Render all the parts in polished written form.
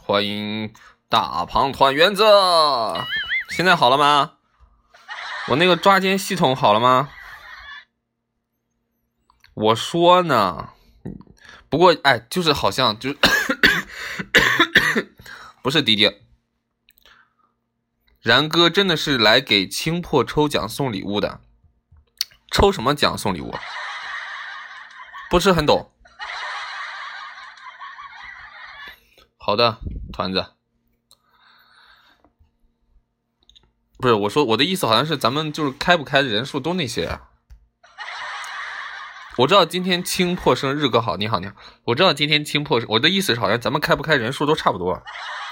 欢迎大胖团圆子，现在好了吗？我那个抓奸系统好了吗？我说呢，不过哎，就是好像就是不是迪迪，然哥真的是来给清破抽奖送礼物的，抽什么奖送礼物？不是很懂。好的，团子，不是我说我的意思好像是咱们就是开不开的人数都那些啊。我知道今天清破生日哥好，你好你好，我知道今天清破，我的意思是好像咱们开不开人数都差不多，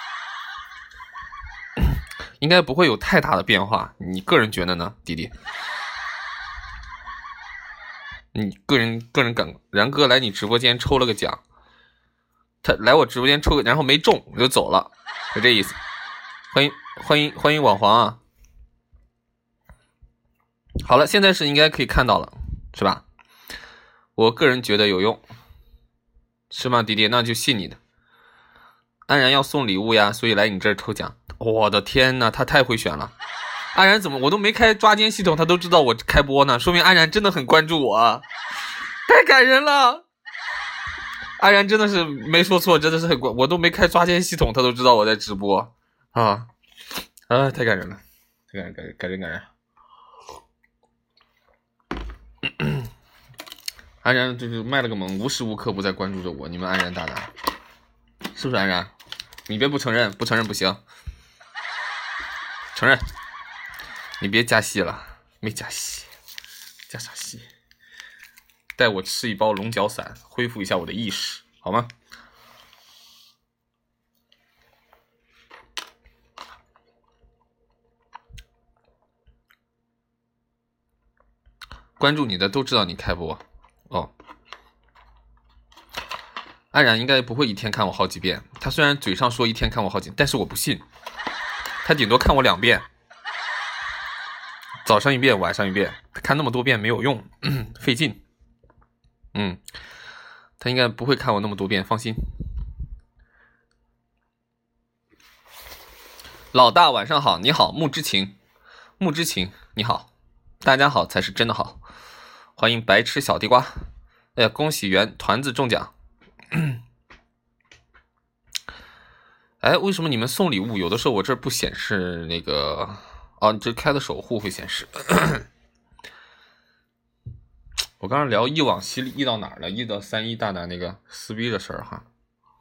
应该不会有太大的变化，你个人觉得呢，弟弟？你个人感，然哥来你直播间抽了个奖，他来我直播间抽个，然后没中我就走了，就这意思。欢迎网黄啊！好了，现在是应该可以看到了，是吧？我个人觉得有用，是吗，弟弟？那就信你的。安然要送礼物呀，所以来你这儿抽奖。我的天哪，他太会选了。安然怎么我都没开抓奸系统，他都知道我开播呢，说明安然真的很关注我，太感人了。安然真的是没说错，真的是很关，我都没开抓奸系统，他都知道我在直播啊啊，太感人了，太感人。安然就是卖了个萌，无时无刻不在关注着我。你们安然大大，是不是安然？你别不承认，不承认不行，承认。你别加戏了，没加戏，加啥戏？带我吃一包龙角散，恢复一下我的意识，好吗？关注你的都知道你开播哦。安然应该不会一天看我好几遍，他虽然嘴上说一天看我好几遍，但是我不信，他顶多看我2遍，早上一遍，晚上一遍，看那么多遍没有用，费劲。他应该不会看我那么多遍，放心。老大晚上好，你好，木之情，木之情，你好，大家好才是真的好，欢迎白吃小地瓜。哎呀，恭喜原团子中奖。哎，为什么你们送礼物有的时候我这不显示那个？哦，这开的守护会显示。我刚刚聊忆往昔忆到哪儿了？忆到31大拿那个撕逼的事儿哈。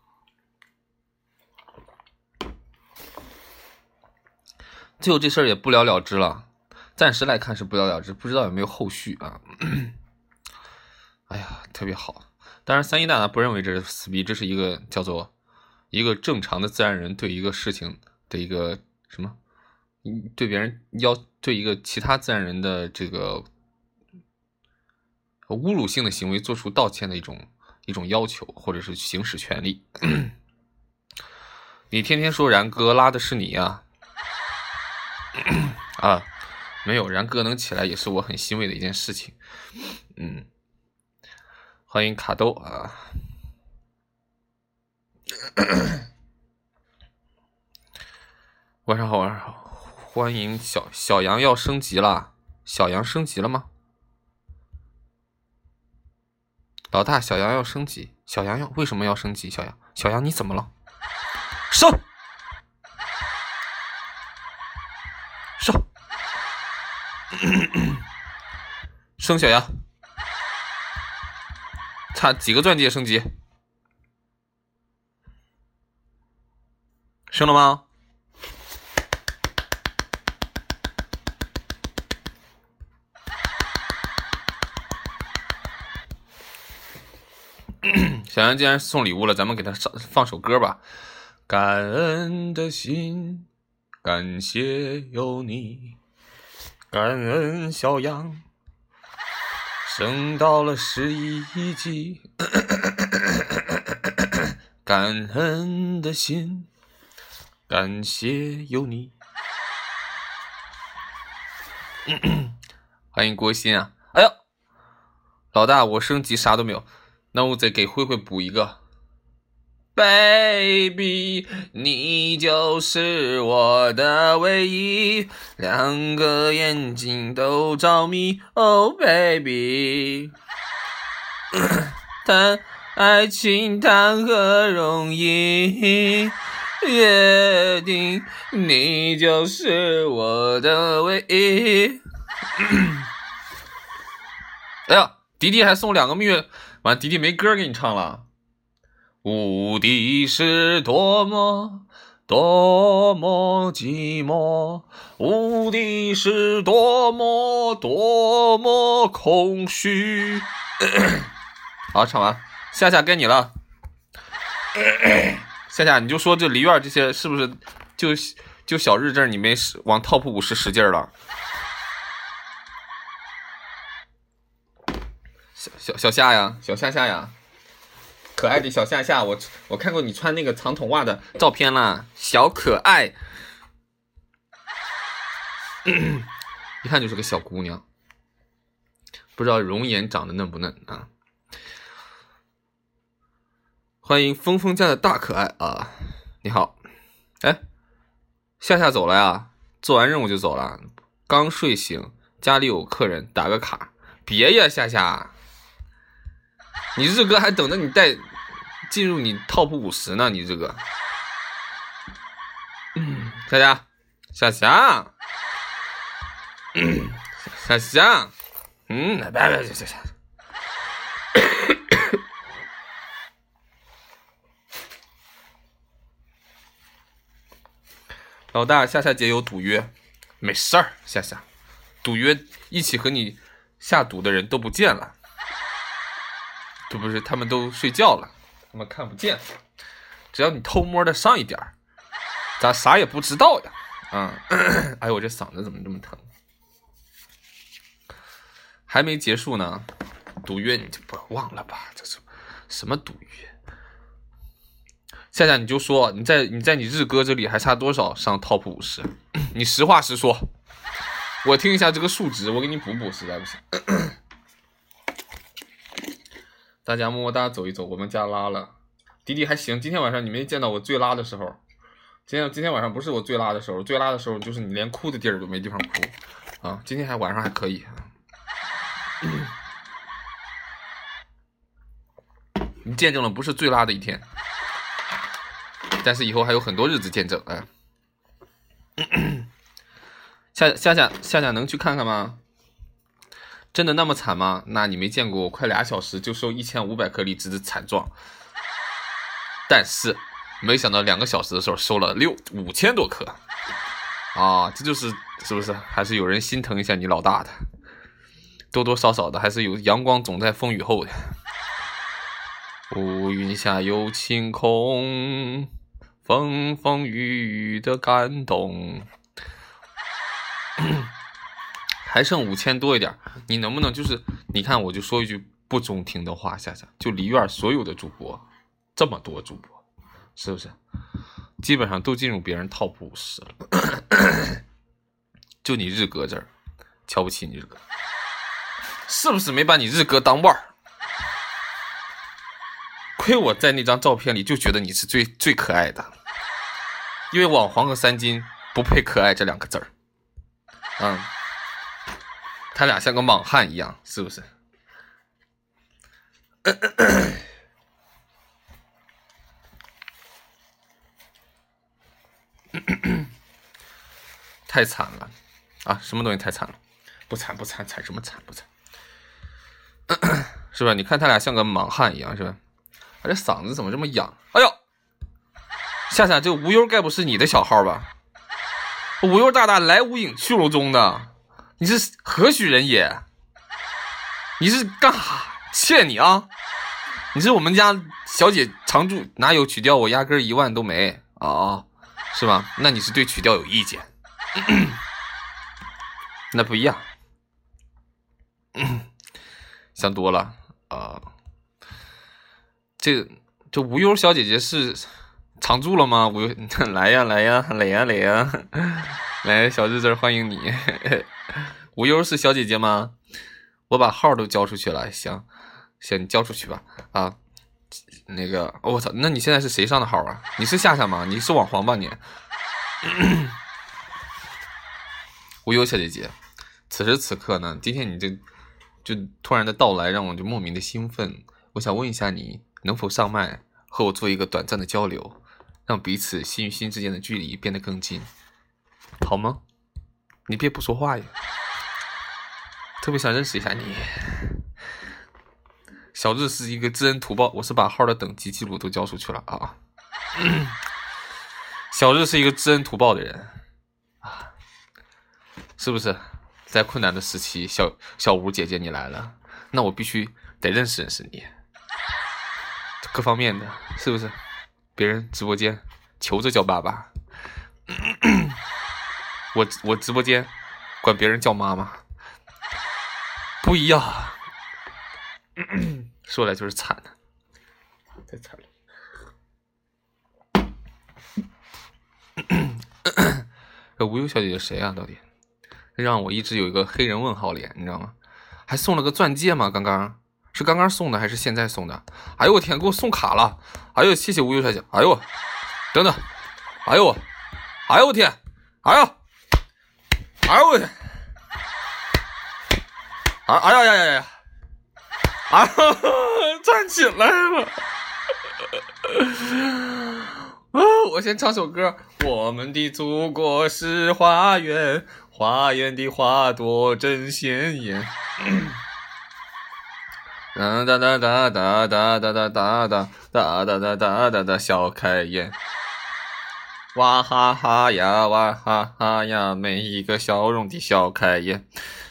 最后这事儿也不了了之了，暂时来看是不了了之，不知道有没有后续啊。哎呀，特别好。当然31大拿不认为这是撕逼，这是一个叫做一个正常的自然人对一个事情的一个什么，对别人对一个其他自然人的这个侮辱性的行为做出道歉的一种要求，或者是行使权利。你天天说然哥拉的是你啊？啊，没有，然哥能起来也是我很欣慰的一件事情。欢迎卡豆啊。晚上好，晚上好，欢迎小杨要升级了，小杨升级了吗？老大，小杨要升级，小杨为什么要升级？小杨你怎么了？升，升小杨，差几个钻戒升级？升了吗？小杨既然送礼物了，咱们给他放首歌吧。感恩的心，感谢有你，感恩小杨升到了11级。感恩的心，感谢有你。欢迎郭鑫啊！哎呦，老大，我升级啥都没有，那我再给慧慧补一个。 baby， 你就是我的唯一，两个眼睛都着迷，Oh baby， 爱情谈何容易，约定你就是我的唯一。哎呀，迪迪还送2个蜜月，完迪迪没歌给你唱了。无敌是多么多么寂寞，无敌是多么多么空虚。好，唱完，夏夏该你了。夏夏，你就说这梨院这些是不是就小日这儿你没往 top 50使劲了？小夏呀，小夏夏呀，可爱的小夏夏，我看过你穿那个长筒袜的照片啦，小可爱，一看就是个小姑娘，不知道容颜长得嫩不嫩啊？欢迎峰峰家的大可爱啊！你好，哎，夏夏走了呀？做完任务就走了？刚睡醒，家里有客人，打个卡。别呀，夏夏，你日哥还等着你带进入你 top 50呢，你这个，夏夏，夏夏，夏夏，别，夏夏。老大，夏夏姐有赌约，没事儿，夏夏，赌约一起和你下赌的人都不见了，这不是他们都睡觉了，他们看不见，只要你偷摸的上一点，咱啥也不知道呀。哎呦，我这嗓子怎么这么疼？还没结束呢，赌约你就不忘了吧？这是什么赌约？夏夏，你就说你在你日哥这里还差多少上 top 50？你实话实说，我听一下这个数值，我给你补，实在不行。大家么么哒，走一走，我们家拉了，迪迪还行。今天晚上你没见到我最拉的时候，今天晚上不是我最拉的时候，最拉的时候就是你连哭的地儿都没地方哭啊。今天晚上还可以。你见证了不是最拉的一天。但是以后还有很多日子见证，哎。夏夏能去看看吗？真的那么惨吗？那你没见过我快2小时就收1500颗荔枝的惨状，但是没想到2个小时的时候收了5000多颗啊！这就是是不是还是有人心疼一下你老大的？多多少少的还是有阳光总在风雨后的。乌云下有晴空，风风雨雨的感动。还剩5000多一点，你能不能就是你看，我就说一句不中听的话，夏夏，就梨院所有的主播，这么多主播，是不是基本上都进入别人 top 50了？就你日哥这儿瞧不起你日哥，是不是没把你日哥当腕儿？亏我在那张照片里就觉得你是最可爱的，因为网黄和3金不配可爱这2个字儿。他俩像个莽汉一样，是不是？太惨了啊！什么东西太惨了？不惨，惨什么惨？不惨，是吧？你看他俩像个莽汉一样，是吧？这嗓子怎么这么痒？哎呦，夏夏，这无忧该不是你的小号吧？无忧大大来无影去无踪的，你是何许人也？你是干哈？欠你啊！你是我们家小姐常驻，哪有曲调？我压根1万都没啊，是吧？那你是对曲调有意见？那不一样，想多了啊。这无忧小姐姐是常驻了吗？无忧，来呀，来小日子欢迎你。无忧是小姐姐吗？我把号都交出去了，行，你交出去吧啊。 那个，我操，那你现在是谁上的号啊？你是夏夏吗？你是网黄吧你？无忧小姐姐，此时此刻呢，今天你就突然的到来，让我就莫名的兴奋。我想问一下你，能否上麦和我做一个短暂的交流，让彼此心与心之间的距离变得更近，好吗？你别不说话呀，特别想认识一下你。小日是一个知恩图报，我是把号的等级记录都交出去了啊。小日是一个知恩图报的人啊，是不是？在困难的时期，小吴姐姐你来了，那我必须得认识认识你，各方面的，是不是？别人直播间求着叫爸爸，我直播间管别人叫妈妈，不一样。说来就是惨的，太惨了。无忧小姐姐谁啊？到底让我一直有一个黑人问号脸，你知道吗？还送了个钻戒吗？刚刚送的还是现在送的？哎呦我天，给我送卡了！哎呦，谢谢无忧小姐。哎呦，等等，哎呦我天，哎呦我天，哎呀！啊！站起来了！我先唱首歌。我们的祖国是花园，花园的花朵真鲜艳。哒哒哒哒哒哒哒哒哒哒哒哒哒哒哒笑开颜。哇哈哈呀，哇哈哈呀，每一个笑容的笑开颜。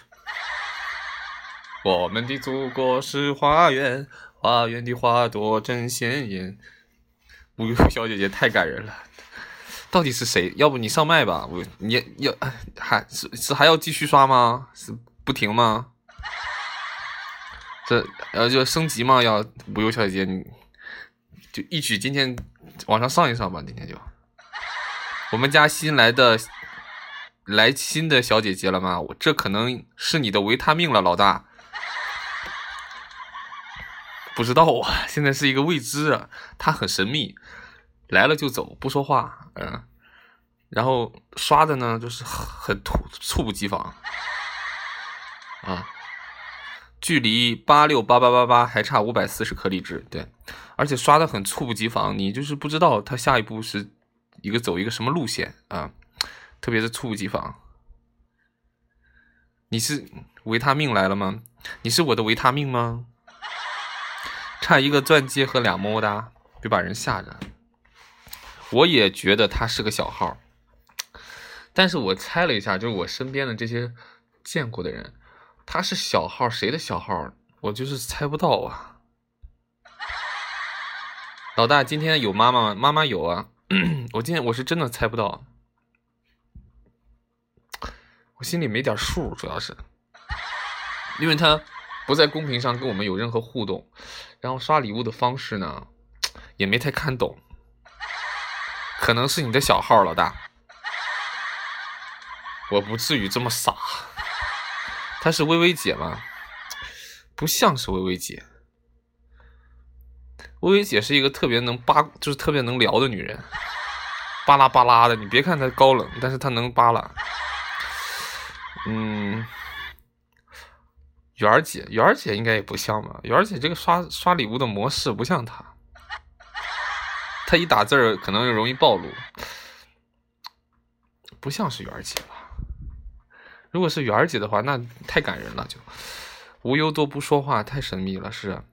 我们的祖国是花园，花园的花朵真鲜艳。无忧小姐姐太感人了，到底是谁？要不你上麦吧，你要还要继续刷吗？是不停吗？这就升级吗？要无忧小姐姐，你就一举今天往上上一上吧，今天就我们家新的小姐姐了吗？这可能是你的维他命了，老大。不知道啊，现在是一个未知啊，他很神秘，来了就走，不说话，然后刷的呢就是很猝不及防啊，距离868888还差540颗粒值，对，而且刷的很猝不及防，你就是不知道他下一步是走一个什么路线啊，特别是猝不及防。你是维他命来了吗？你是我的维他命吗？差一个钻戒和2么么哒就把人吓着。我也觉得他是个小号，但是我猜了一下，就是我身边的这些见过的人，他是小号，谁的小号我就是猜不到啊。老大今天有妈妈吗？妈妈有啊。我是真的猜不到，我心里没点数，主要是因为他不在公屏上跟我们有任何互动，然后刷礼物的方式呢也没太看懂，可能是你的小号，老大，我不至于这么傻。她是微微姐吗？不像是微微姐，微微姐是一个特别能就是特别能聊的女人，巴拉巴拉的，你别看她高冷，但是她能巴拉。圆儿姐应该也不像吧？圆儿姐这个刷礼物的模式不像她，她一打字儿可能容易暴露，不像是圆儿姐吧？如果是圆儿姐的话，那太感人了，就无忧都不说话，太神秘了，是啊。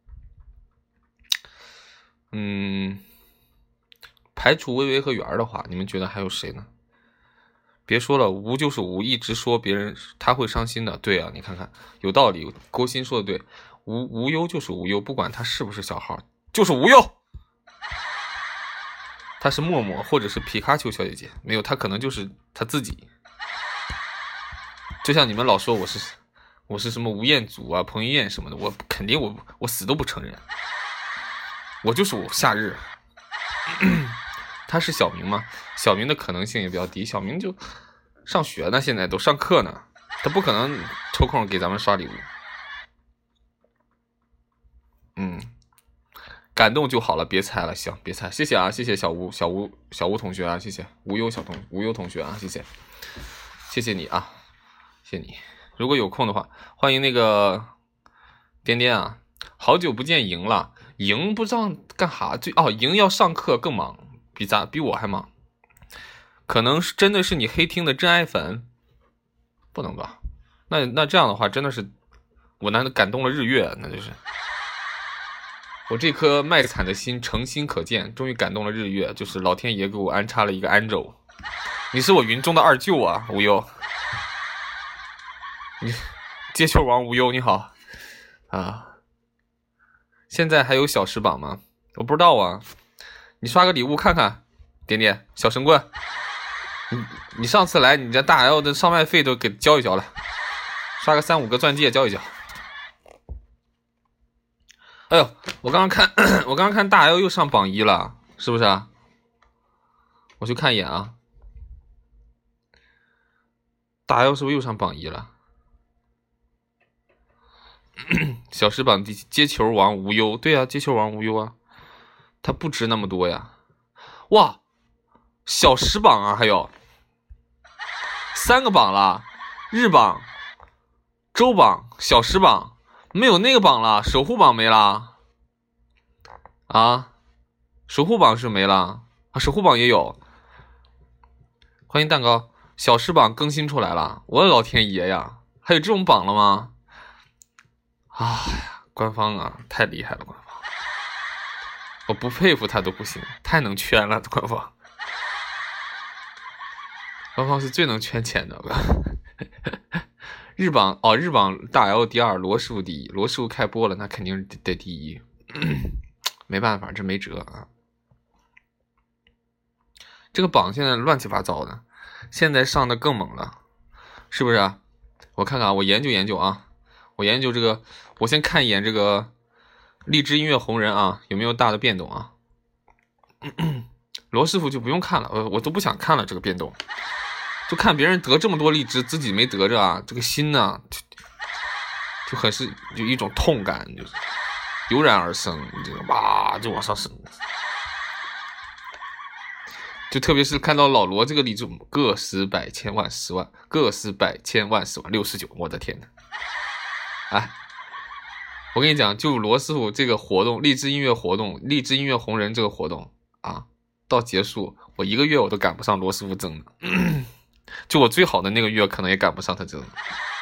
排除微微和圆儿的话，你们觉得还有谁呢？别说了，无就是无，一直说别人他会伤心的。对啊，你看看有道理，勾心说的对，无忧就是无忧，不管他是不是小号，就是无忧。他是默默或者是皮卡丘小姐姐，没有，他可能就是他自己。就像你们老说我是什么吴彦祖啊、彭于晏什么的，我肯定我死都不承认，我就是我夏日。他是小明吗？小明的可能性也比较低，小明就上学呢，现在都上课呢，他不可能抽空给咱们刷礼物。 感动就好了，别猜了，行，别猜，谢谢啊，谢谢小吴同学啊，谢谢无忧同学啊，谢谢你啊，谢谢你。如果有空的话，欢迎那个颠颠啊，好久不见莹了，莹不知道干哈，莹要上课更忙，比我还忙，可能是真的是你黑听的真爱粉，不能吧？那这样的话，真的是我难得感动了日月，那就是我这颗卖惨的心诚心可见，终于感动了日月，就是老天爷给我安插了一个安轴，你是我云中的二舅啊，无忧。你接球王无忧你好啊！现在还有小时榜吗？我不知道啊，你刷个礼物看看，点点小神棍。你上次来，你这大 L 的上麦费都给交一交了，刷个3-5个钻戒交一交。哎呦，我刚刚看大 L 又上榜1了，是不是啊？我去看一眼啊，大 L 是不是又上榜1了？小时榜接球王无忧，对啊，接球王无忧啊，他不值那么多呀。哇，小时榜啊，还有3个榜了，日榜、周榜、小时榜，没有那个榜了，守护榜没了啊，守护榜是没了啊，守护榜也有。欢迎蛋糕，小时榜更新出来了，我的老天爷呀，还有这种榜了吗？哎呀，官方啊，太厉害了，官方，我不佩服他都不行，太能圈了，官方。官方是最能圈钱的。日榜大 L 第2，罗师傅第1，罗师傅开播了，那肯定得第1。没办法，这没辙啊。这个榜现在乱七八糟的，现在上的更猛了，是不是啊？我看看啊，我研究研究啊，我研究这个，我先看一眼这个荔枝音乐红人啊，有没有大的变动啊？罗师傅就不用看了，我都不想看了这个变动。就看别人得这么多荔枝，自己没得着啊，这个心呢，就很是有一种痛感，就是油然而生，这个哇就往上升，就特别是看到老罗这个荔枝，个十百千万10万，个十百千万10万69，我的天哪！哎，我跟你讲，就罗师傅这个活动，荔枝音乐活动，荔枝音乐红人这个活动啊，到结束，我1个月我都赶不上罗师傅挣的。就我最好的那个月可能也赶不上他这个，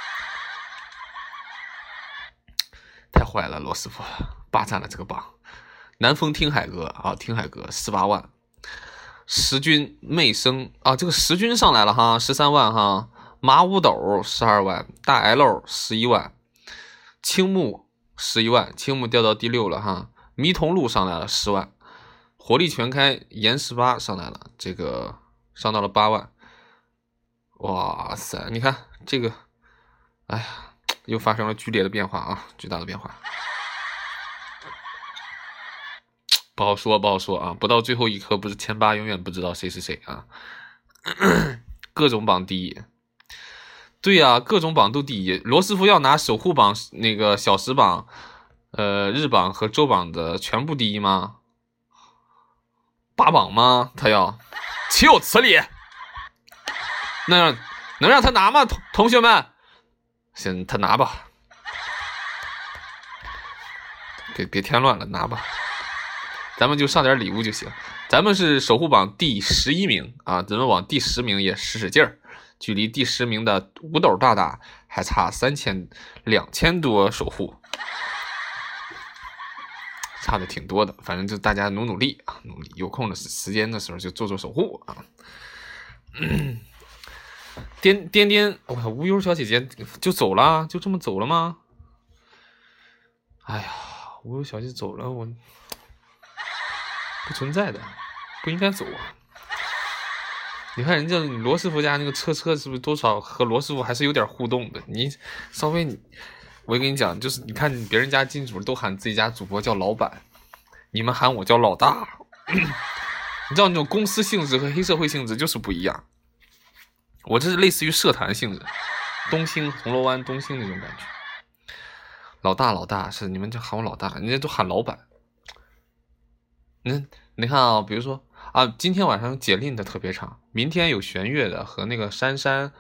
太坏了，罗师傅霸占了这个榜。南风听海哥啊，听海哥18万，时君媚生啊，这个时君上来了哈，13万哈，马五斗12万，大 L 11万，青木11万，青木掉到第6了哈，迷桐路上来了10万，火力全开严18上来了，这个上到了8万。哇塞，你看这个，哎呀，又发生了剧烈的变化啊，巨大的变化，不好说啊，不到最后一刻，不是前8永远不知道谁是谁啊。各种榜第1，对呀，各种榜都第1。罗斯福要拿守护榜那个小时榜、日榜和周榜的全部第1吗？霸榜吗？他要，岂有此理！能让他拿吗？同学们，先他拿吧，别添乱了，拿吧，咱们就上点礼物就行。咱们是守护榜第11名啊，咱们往第10名也使劲儿，距离第10名的五斗大大还差2000多守护，差的挺多的。反正就大家努力啊，努力，有空的时间的时候就做守护啊。颠颠，我靠，无忧小姐姐就走了，就这么走了吗？哎呀，无忧小姐走了，我不存在的，不应该走啊！你看人家罗师傅家那个车是不是多少和罗师傅还是有点互动的？你稍微我跟你讲，就是你看别人家金主都喊自己家主播叫老板，你们喊我叫老大，你知道那种公司性质和黑社会性质就是不一样。我这是类似于社团性质，东兴铜锣湾东兴那种感觉。老大是你们就喊我老大，人家都喊老板， 你看啊，比如说啊，今天晚上有解令的特别场，明天有弦乐的和那个珊珊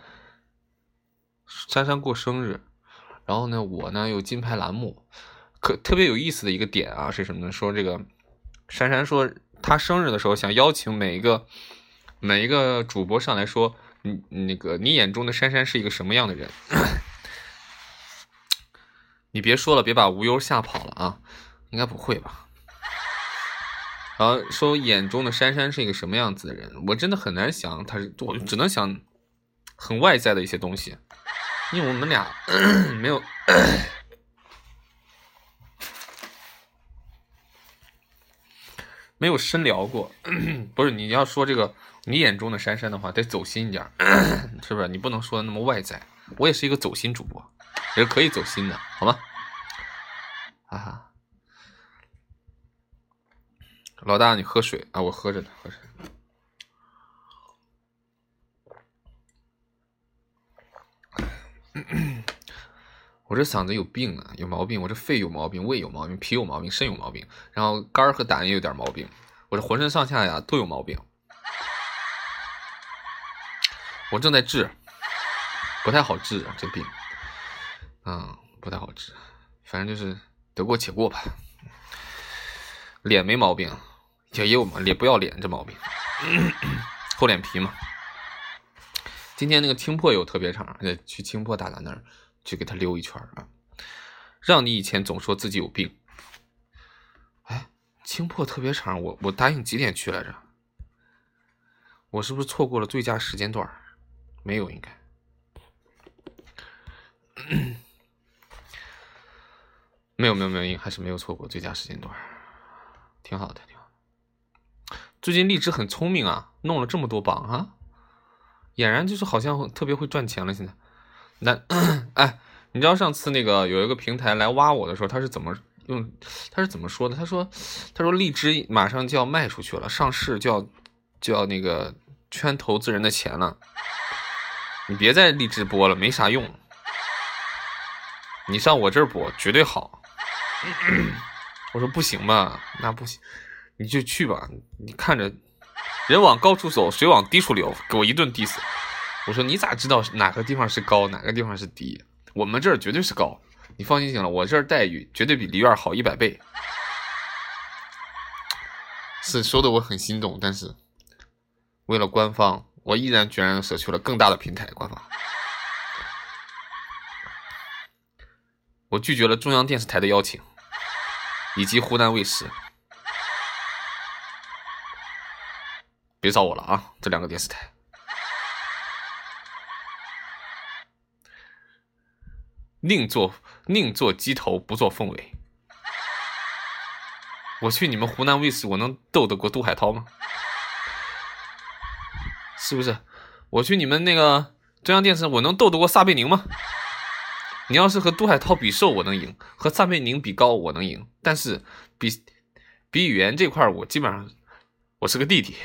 过生日，然后呢，我呢有金牌栏目，特别有意思的一个点啊是什么呢？说这个珊珊说她生日的时候想邀请每一个主播上来说，你眼中的珊珊是一个什么样的人？你别说了，别把无忧吓跑了啊！应该不会吧？然后说眼中的珊珊是一个什么样子的人，我真的很难想，我只能想很外在的一些东西，因为我们俩没有深聊过。不是，你要说这个你眼中的珊珊的话，得走心一点，是不是？你不能说的那么外在。我也是一个走心主播，也是可以走心的，好吗？哈哈。老大，你喝水啊！我喝着呢，喝着。我这嗓子有病啊，有毛病。我这肺有毛病，胃有毛病，脾有毛病，肾有毛病，然后肝和胆也有点毛病。我这浑身上下呀都有毛病。我正在治，不太好治啊，这病，不太好治。反正就是得过且过吧。脸没毛病，也有嘛，脸不要脸这毛病，厚脸皮嘛。今天那个青破有特别场，去青破大大那儿去给他溜一圈啊。让你以前总说自己有病，哎，青破特别场，我答应几点去来着？我是不是错过了最佳时间段？没有，应该。没有，还是没有错过最佳时间段，挺好的，挺好的。最近荔枝很聪明啊，弄了这么多榜啊，俨然就是好像特别会赚钱了。现在，哎，你知道上次那个有一个平台来挖我的时候，他是怎么说的？他说荔枝马上就要卖出去了，上市就要那个圈投资人的钱了，你别在荔枝播了，没啥用。你上我这儿播绝对好。我说不行吧，那不行，你就去吧。你看着人往高处走，水往低处流，给我一顿 diss。我说你咋知道哪个地方是高，哪个地方是低？我们这儿绝对是高，你放心行了，我这儿待遇绝对比梨园好100倍。是说的我很心动，但是为了官方，我毅然决然舍去了更大的平台官方。我拒绝了中央电视台的邀请，以及湖南卫视。别找我了啊，这2个电视台。宁做鸡头，不做凤尾。我去你们湖南卫视，我能斗得过杜海涛吗？是不是？我去你们那个中央电视，我能斗得过撒贝宁吗？你要是和杜海涛比瘦，我能赢；和撒贝宁比高，我能赢。但是比语言这块，我基本上我是个弟弟。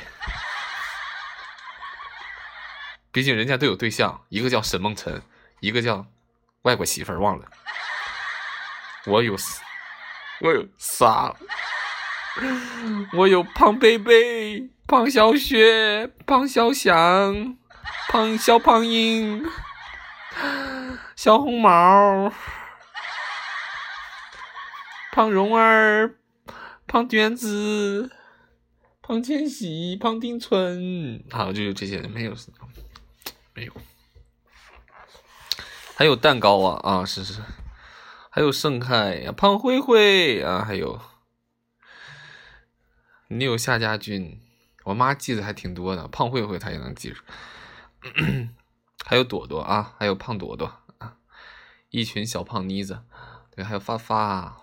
毕竟人家都有对象，一个叫沈梦辰，一个叫外国媳妇儿，忘了。我有仨，我有胖贝贝、胖小雪、胖小翔、胖小胖英、小红毛、胖蓉儿、胖娟子、胖千玺、胖丁春，好，就这些人，没有。还有蛋糕啊，是，还有盛开呀，胖灰灰啊，还有你有夏家军，我妈记得还挺多的，胖灰灰她也能记住。还有朵朵啊，还有胖朵朵啊，一群小胖妮子，对，还有发发。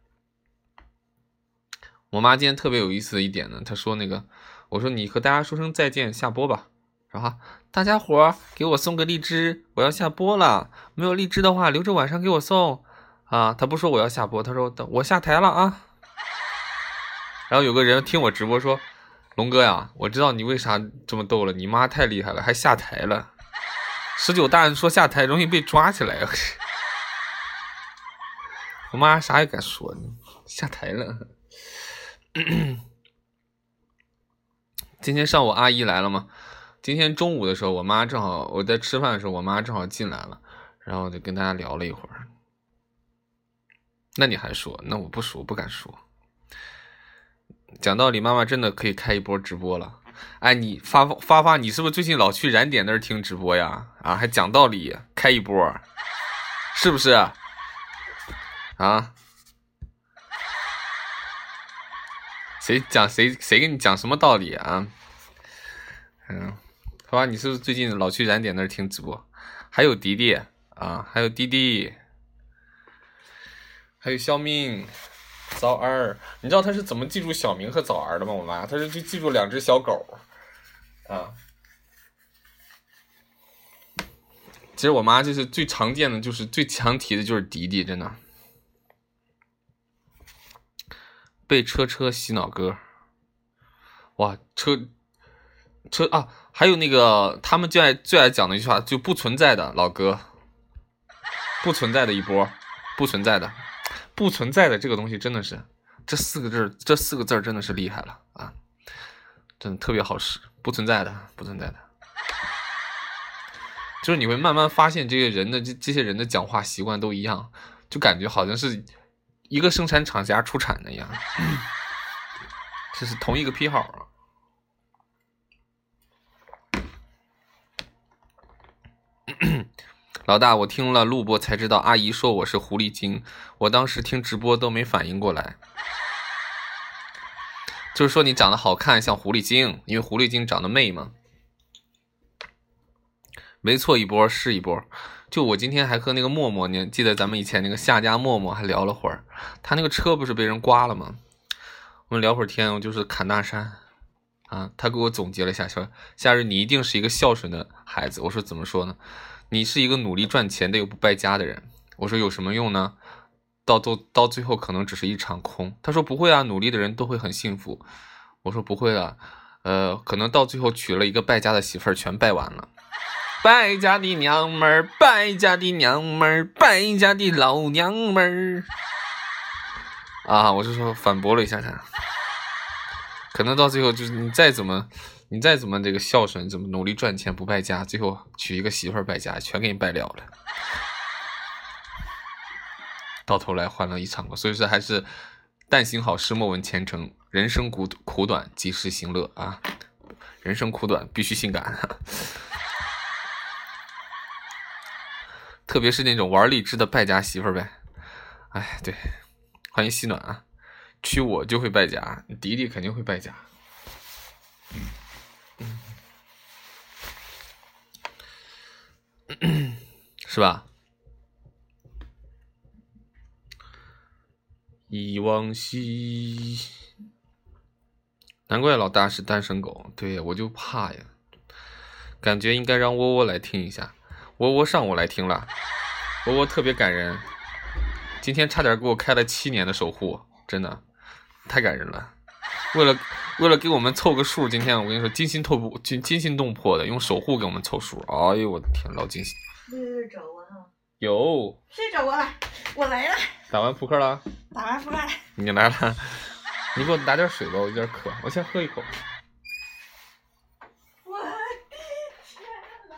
我妈今天特别有意思的一点呢，她说那个，我说你和大家说声再见，下播吧。然后大家伙给我送个荔枝，我要下播了。没有荔枝的话，留着晚上给我送啊。他不说我要下播，他说等我下台了啊。然后有个人听我直播说，龙哥呀，我知道你为啥这么逗了，你妈太厉害了，还下台了。19大人说下台容易被抓起来。我妈啥也敢说，下台了。 今天上午阿姨来了吗？今天中午的时候，我妈正好我在吃饭的时候，我妈正好进来了，然后就跟大家聊了一会儿。那你还说？那我不说，不敢说。讲道理，妈妈真的可以开一波直播了。哎，你发，你是不是最近老去燃点那儿听直播呀？啊，还讲道理，开一波，是不是？啊？谁给你讲什么道理啊？好吧，你是不是最近老去燃点那儿听直播？还有迪迪啊，还有弟弟，还有小明、枣儿。你知道他是怎么记住小明和枣儿的吗？我妈，他是就记住2只小狗啊。其实我妈就是最常见的，就是最常提的就是迪迪，真的。被车洗脑歌，哇，车啊，还有那个他们最爱讲的一句话，就不存在的老哥，不存在的一波，不存在的这个东西真的是这4个字真的是厉害了啊，真的特别好使，不存在的，就是你会慢慢发现这些人的讲话习惯都一样，就感觉好像是一个生产厂家出产的一样，这是同一个批号啊。老大，我听了录播才知道阿姨说我是狐狸精，我当时听直播都没反应过来。就是说你长得好看像狐狸精，因为狐狸精长得媚嘛。没错，一波是一波。就我今天还和那个默默，你记得咱们以前那个夏家默默还聊了会儿，他那个车不是被人刮了吗？我们聊会儿天，我就是侃大山啊，他给我总结了一下，说夏日你一定是一个孝顺的孩子。我说怎么说呢？你是一个努力赚钱的又不败家的人。我说有什么用呢？到最后可能只是一场空。他说不会啊，努力的人都会很幸福。我说不会的，可能到最后娶了一个败家的媳妇儿，全败完了。败家的娘们儿，败家的娘们儿，败家的老娘们儿啊！我就说反驳了一下他，可能到最后就是你再怎么这个孝顺，怎么努力赚钱不败家，最后娶一个媳妇儿败家，全给你败了了。到头来换了一场，所以说还是但行好事莫问前程，人生苦短，及时行乐啊！人生苦短，必须性感。特别是那种玩荔枝的败家媳妇儿呗。哎，对，欢迎西暖啊！娶我就会败家，迪迪肯定会败家。是吧？忆往昔，难怪老大是单身狗。对，我就怕呀，感觉应该让窝窝来听一下。窝窝上午来听了，窝窝特别感人，今天差点给我开了7年的守护，真的太感人了。为了给我们凑个数，今天我跟你说惊心动魄的用守护给我们凑数。哎呦我的天，老惊喜！ 有找我哈？ 有。 谁找我了？我来了。 打完扑克了？ 打完扑克了。 你来了，你给我拿点水吧，我有点渴，我先喝一口。 我的天哪！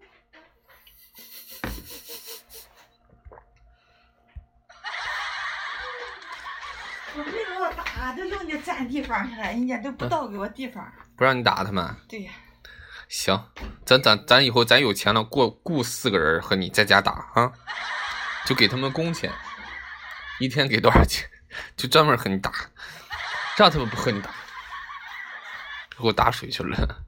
我没给我打，都让你占地方去了，人家都不倒给我地方。 不让你打他们？ 对呀。 行，咱以后咱有钱了，雇4个人和你在家打啊，就给他们工钱，一天给多少钱，就专门和你打，让他们不和你打，给我打水去了。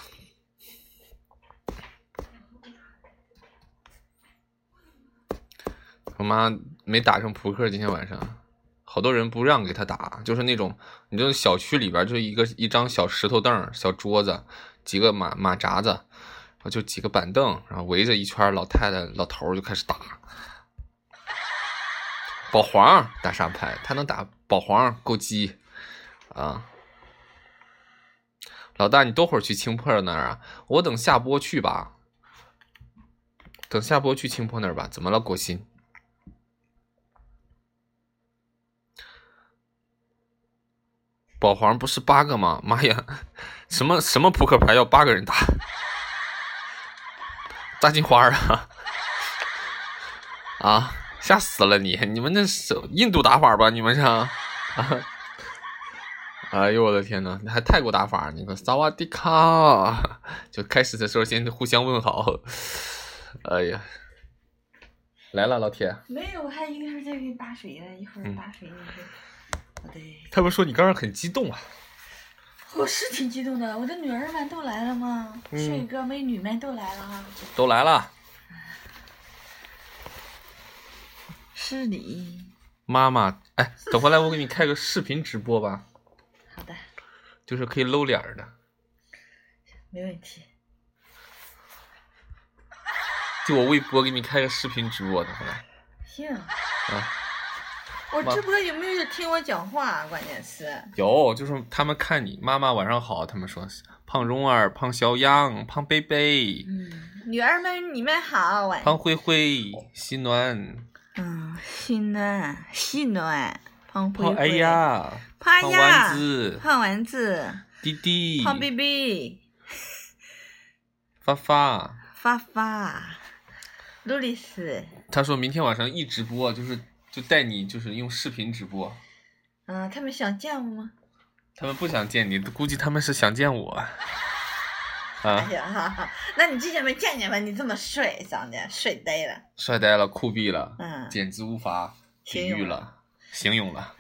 我妈没打上扑克，今天晚上好多人不让给他打，就是那种你这小区里边就是一张小石头凳、小桌子，几个马扎子，然后就几个板凳，然后围着一圈老太太老头就开始打。保皇打啥牌？他能打保皇够鸡啊！老大，你多会儿去青坡那儿啊？我等下播去吧，等下播去青坡那儿吧。怎么了，果心？ 保皇不是8个吗？妈呀，什么扑克牌要8个人打？炸金花啊！啊，吓死了你！你们那是印度打法吧？你们是？啊！哎呦我的天呐，还泰国打法？你个萨瓦迪卡！就开始的时候先互相问好。哎呀，来了，老铁。 没有，我还一个人在给你打水呢，一会儿打水一会儿。对。 他们说你刚刚很激动啊。 我是挺激动的，我的女儿们都来了吗？帅哥美女们都来了哈。 都来了。 是你。 妈妈，哎，等回来我给你开个视频直播吧。 好的。 就是可以露脸的。 没问题。 就我微博给你开个视频直播的，回来。 行。 啊。 我直播有没有人听我讲话？关键是有，就是他们看你妈妈晚上好，他们说胖蓉儿、胖小样、胖贝贝， 女儿们你们好， 胖灰灰、西暖， 西暖西暖，胖灰灰， 胖哎呀， 胖丸子， 胖丸子， 弟弟， 胖贝贝， 发发， 发发，路易斯。 他说明天晚上一直播就带你就是用视频直播。 他们想见我吗？ 他们不想见你，估计他们是想见我。 哎呀，那你之前没见见吧？你这么帅，长得帅呆了， 帅呆了，酷毙了，简直无法比喻了，形容了，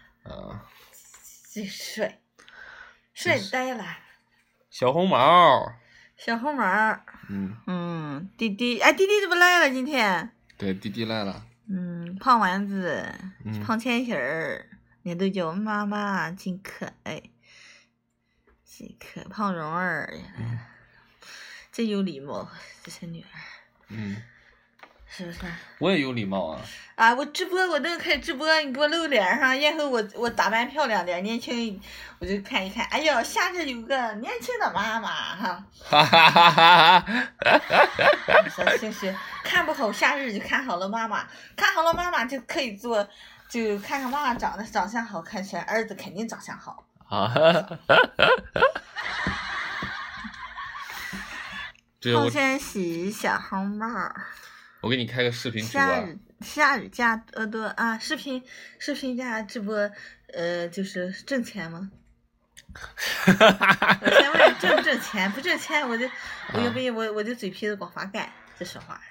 最帅，帅呆了。 小红帽， 小红帽，弟弟，哎，弟弟怎么来了？今天？ 对，弟弟来了。 胖丸子，胖千玺儿，你都叫我妈妈，真可爱，真可爱。胖蓉儿，真有礼貌，这是女儿。是不是？ 我也有礼貌啊。 啊，我直播，我都开直播，你给我露脸上，然后我打扮漂亮点，年轻，我就看一看。哎呦，夏日有个年轻的妈妈哈。哈哈哈哈哈！行行，看不好夏日就看好了妈妈，看好了妈妈就可以做，就看看妈妈长相好看起来，儿子肯定长相好。啊哈哈哈哈！胖千玺，小红帽。 我给你开个视频直播。 夏日加多啊，视频加直播，就是挣钱吗？我先问挣不挣钱？不挣钱，我要不我就嘴皮子光发干，这说话。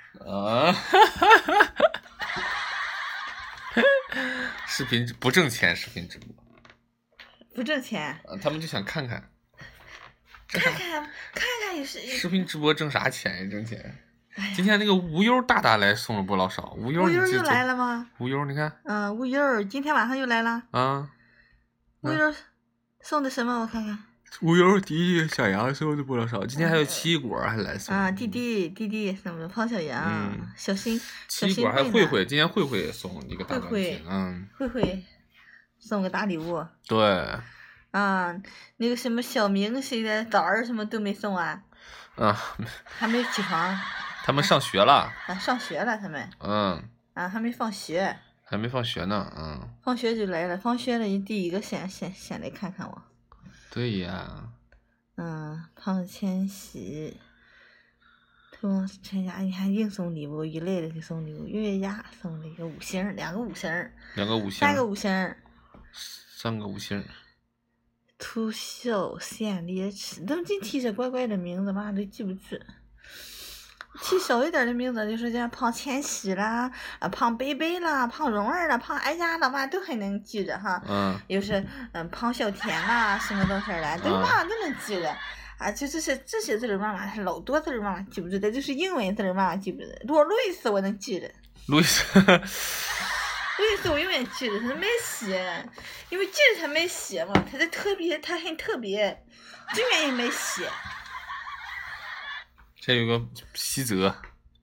视频不挣钱，视频直播。 不挣钱。 他们就想看看。 看看也是。 视频直播挣啥钱呀？挣钱。今天那个无忧大大来送了不老少，无忧又来了吗？ 无忧，你看， 无忧今天晚上又来了啊。 无忧送的什么？我看看。 无忧弟弟小羊送的不老少，今天还有奇异果还来送啊。弟弟送的胖小羊，小新奇异果还慧慧，今天慧慧也送一个大短信， 慧慧送个大礼物。 对。 那个什么小明谁的枣儿什么都没送啊？还没起床。 他们上学了。 上学了，他们。还没放学。 还没放学呢， 放学就来了，放学了，第一个先来看看我。 对呀。 胖千玺，托全家，你看硬送礼物，一类的给送礼物，月牙送了一个5星，2个5星 ，2个5星 ，3个5星 ，3个5星。 秃笑现烈齿，都净提这怪怪的名字，妈都记不住。提小一点的名字，就是像胖千玺啦，胖贝贝啦，胖蓉儿啦，胖哎呀，老妈都还能记着哈。又是胖小甜啦，什么东西啦，都妈妈都能记着。就这些字儿，妈妈老多字儿，妈妈记不住的，就是英文字儿，妈妈记不住的。路易斯我能记着。路易斯我永远记着，他没写，因为记着他没写嘛，他很特别，永远也没写。 这有个西泽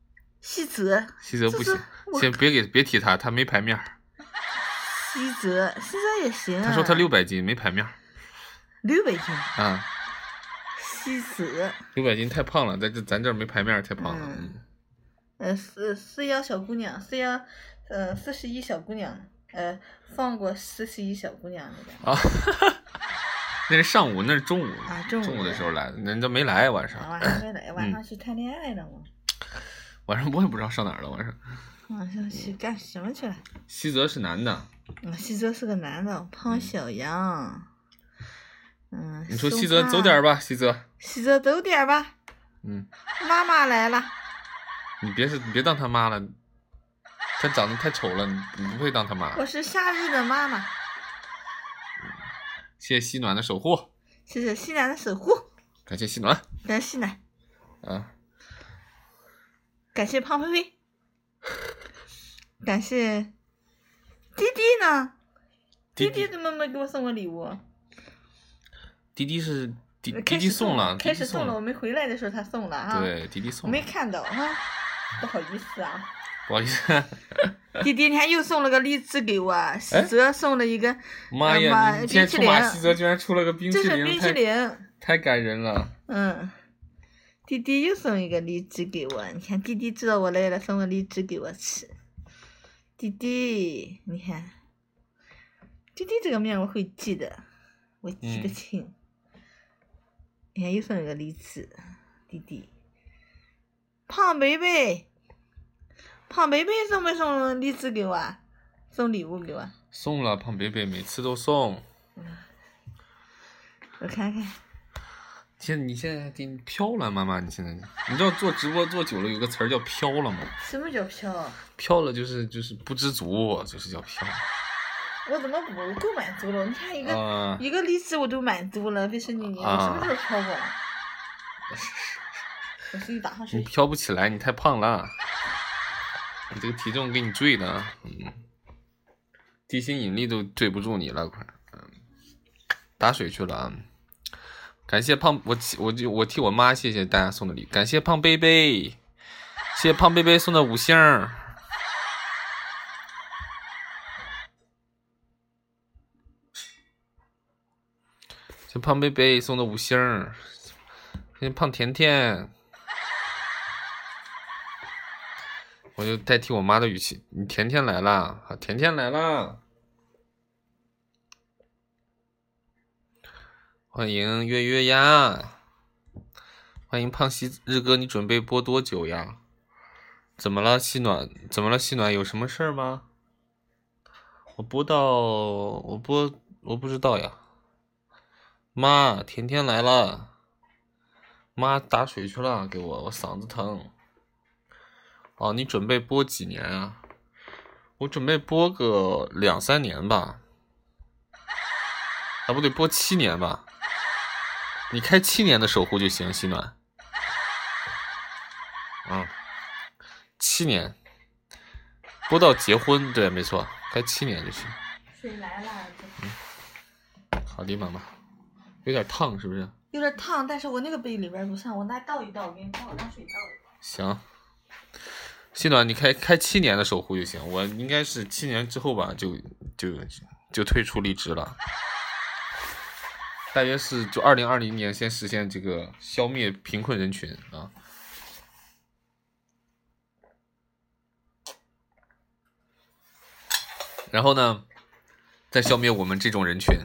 不行，先别提他没牌面。 西泽也行。 他说他600斤没牌面。 600斤。西泽。 600斤太胖了，咱这没牌面，太胖了。 41小姑娘，41小姑娘，放过41小姑娘那个。 那是上午，那是中午啊，中午的时候来的，人都没来晚上。 晚上没来，晚上去谈恋爱了嘛。 晚上我也不知道上哪儿了，晚上。 晚上去干什么去了？ 西泽是男的。 西泽是个男的，胖小羊。 你说西泽走点吧，西泽。 西泽走点吧。妈妈来了。 你别当他妈了，他长得太丑了，你不配当他妈。 我是夏日的妈妈。 谢谢西暖的守护。 谢谢西暖的守护。 感谢西暖。 感谢西暖。 啊。 感谢胖菲菲。感谢滴滴呢？滴滴怎么没给我送过礼物？ 滴滴是滴滴送了， 开始送了，我没回来的时候他送了哈。 对，滴滴送了。 我没看到哈，不好意思啊。 不好意思。 滴滴，你看又送了个荔枝给我，西泽送了一个。 妈呀！你今天出马西泽居然出了个冰淇淋， 这是冰淇淋， 太感人了。 滴滴又送一个荔枝给我，你看滴滴知道我来了，送个荔枝给我吃。滴滴，你看，滴滴这个名我会记得，我记得清。你看又送了个荔枝，滴滴。胖贝贝，胖贝贝送没送荔枝给我？送礼物给我？ 送了，胖贝贝每次都送。 我看看。 你现在还飘了，妈妈，你现在你知道做直播做久了有个词儿叫飘了吗？ 什么叫飘？ 飘了就是不知足，就是叫飘。 我怎么不够满足了？你看一个荔枝我都满足了，为什么你？我什么时候飘过？我自己打上水。 你飘不起来，你太胖了，你这个体重给你坠的，地心引力都坠不住你了，快，打水去了啊！感谢胖，我替我妈谢谢大家送的礼，感谢胖贝贝，谢谢胖贝贝送的5星。谢谢胖贝贝送的5星，谢谢胖甜甜。我就代替我妈的语气，你甜甜来了，好，甜甜来了。欢迎月月呀，欢迎胖西日哥，你准备播多久呀？怎么了西暖？怎么了西暖？有什么事儿吗？我不知道呀。妈，甜甜来了，妈打水去了，给我嗓子疼。哦，你准备播几年啊？我准备播个2、3年吧。啊，不对，播7年吧。你开7年的守护就行，西暖。7年，播到结婚，对，没错，开7年就行。 水来了。 好的，妈妈。有点烫，是不是？ 有点烫，但是我那个杯里边不上，我拿倒一倒，我给你倒，让水倒一倒。 行。西暖，你开7年的守护就行，我应该是7年之后吧，就退出荔枝了。大约是就2020年先实现这个消灭贫困人群啊。然后呢，再消灭我们这种人群。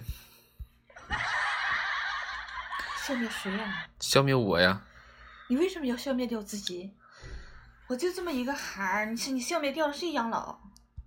消灭谁呀？ 消灭我呀！ 你为什么要消灭掉自己？我就这么一个孩儿，你消灭掉了谁养老？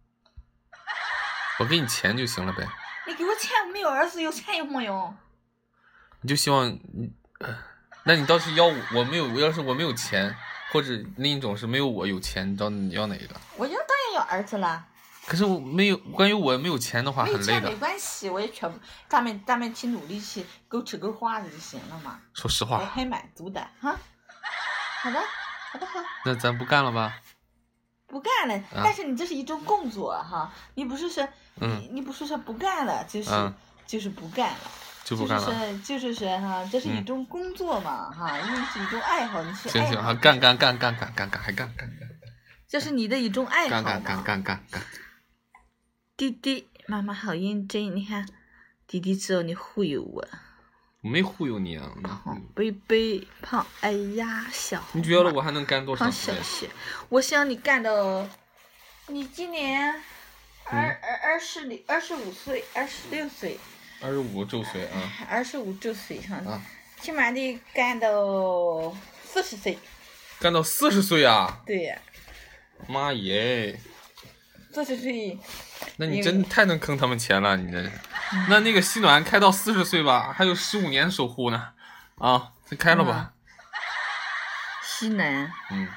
我给你钱就行了呗。 你给我钱，我没有儿子，有钱有没用？ 你就希望那你倒是要我没有，要是我没有钱，或者另一种是没有我有钱，你要哪个？ 我当然要儿子了。 可是我没有，关于我没有钱的话很累的。 没关系，我也全部，咱们去努力去够吃够花的就行了嘛。 说实话， 我很满足的哈。好的，好。 那咱不干了吧？ 不干了，但是你这是一种工作哈，你不是说你不是说不干了，就是不干了。 就不干了。 就是说哈，这是一种工作嘛哈，因为是一种爱好，你去爱好。 行哈，干，还干。 这是你的一种爱好嘛。 干。 弟弟，妈妈好认真，你看，弟弟知道你忽悠我。 我没忽悠你啊。 贝贝胖，哎呀，小。 你觉得我还能干多长时间？ 胖小些，我想你干到，你今年25岁、26岁， 25周岁啊。 25周岁哈， 啊， 起码得干到40岁。 干到40岁啊！ 对呀， 妈耶！ 40岁。 那你真太能坑他们钱了，你这。那个西暖开到40岁吧，还有15年守护呢，啊，再开了吧。 西南。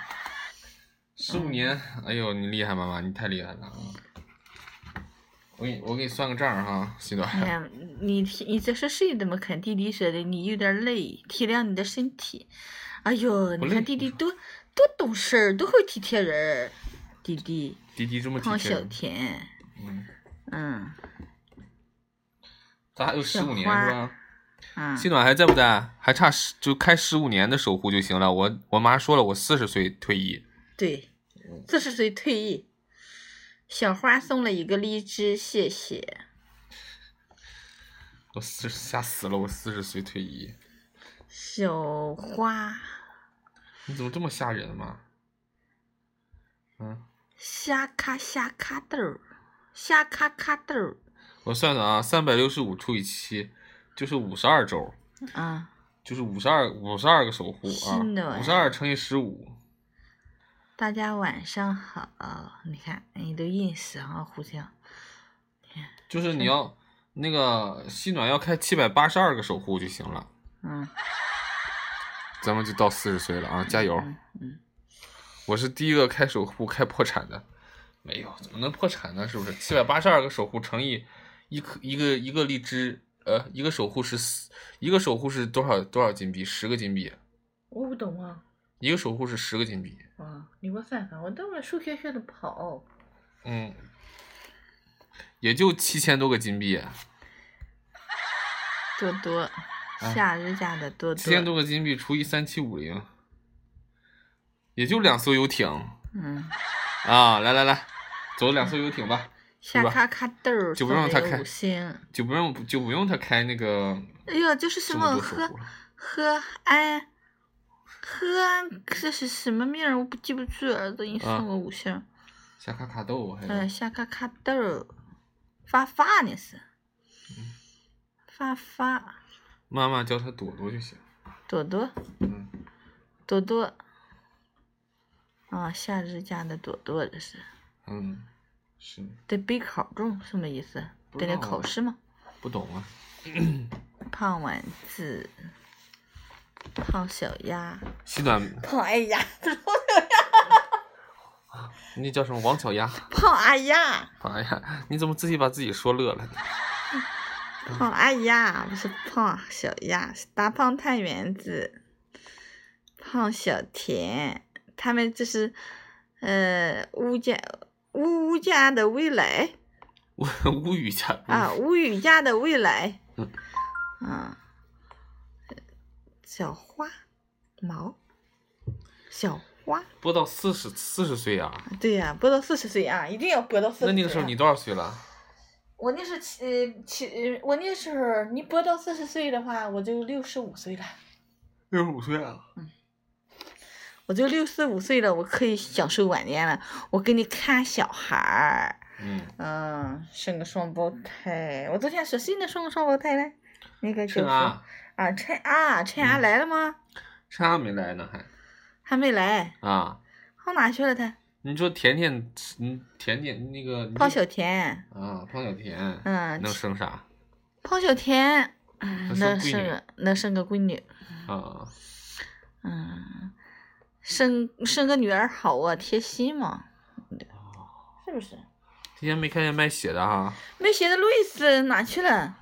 15年，哎呦，你厉害妈妈，你太厉害了啊！我给你算个账哈，西暖。 哎呀，你这是谁这么看弟弟说的？你有点累，体谅你的身体。哎呦，你看弟弟多懂事儿，多会体贴人儿。弟弟这么体贴。 胖小甜。 咱还有15年是吧？西暖还在不在？还差就开15年的守护就行了。我妈说了，我40岁退役。 对，40岁退役。小花送了一个荔枝，谢谢。 我吓死了，我40岁退役。 小花。 你怎么这么吓人嘛？ 虾卡豆儿，虾卡豆儿。 我算算啊，365除以7，就是52周。就是52个守护啊，52乘以15。 大家晚上好，你看，你都认识啊，互相。 就是你要那个西暖要开782个守护就行了。咱们就到40岁了啊，加油！我是第一个开守护开破产的，没有，怎么能破产呢？是不是？782个守护乘以一个荔枝，一个守护是多少金币？10个金币。 我不懂啊。 一个守护是10个金币。 你给我算算，我等会数学学的不好。 也就7000多个金币。 多，夏日家的多。 7000多个金币除以3750，也就2艘游艇。来，走2艘游艇吧。 夏卡豆儿就不用他开，就不用他开那个。 哎呦，就是什么河安，这是什么名儿？我记不住，儿子，你送个5星。 夏卡豆还。夏卡豆儿，发呢是。发。 妈妈叫他朵朵就行。 朵朵。夏日家的朵朵这是。 是。 得备考中什么意思？得来考试吗？ 不懂啊。 胖丸子。胖小鸭。 西暖。 胖哎呀， 那叫什么？王小鸭。 胖哎呀。 你怎么自己把自己说乐了呢？ 胖哎呀，不是胖小鸭，是大胖太原子。胖小甜，他们这是乌家的未来。 乌语家。 乌语家的未来。小花毛。小花。 播到40岁啊？ 对呀，播到40岁啊，一定要播到40岁。 那个时候你多少岁了？ 我那是我那时候你播到40岁的话，我就65岁了。 65岁啊？ 我就65岁了，我可以享受晚年了。我给你看小孩儿。生个双胞胎。我昨天说谁能生个双胞胎嘞？那个就是陈安来了吗？ 陈安没来呢， 还没来。 跑哪去了他？ 你说甜那个胖小甜。 胖小甜。能生啥？ 胖小甜。能生个闺女。生个女儿好啊，贴心嘛。是不是？ 今天没看见卖血的哈。 卖血的路易斯哪去了？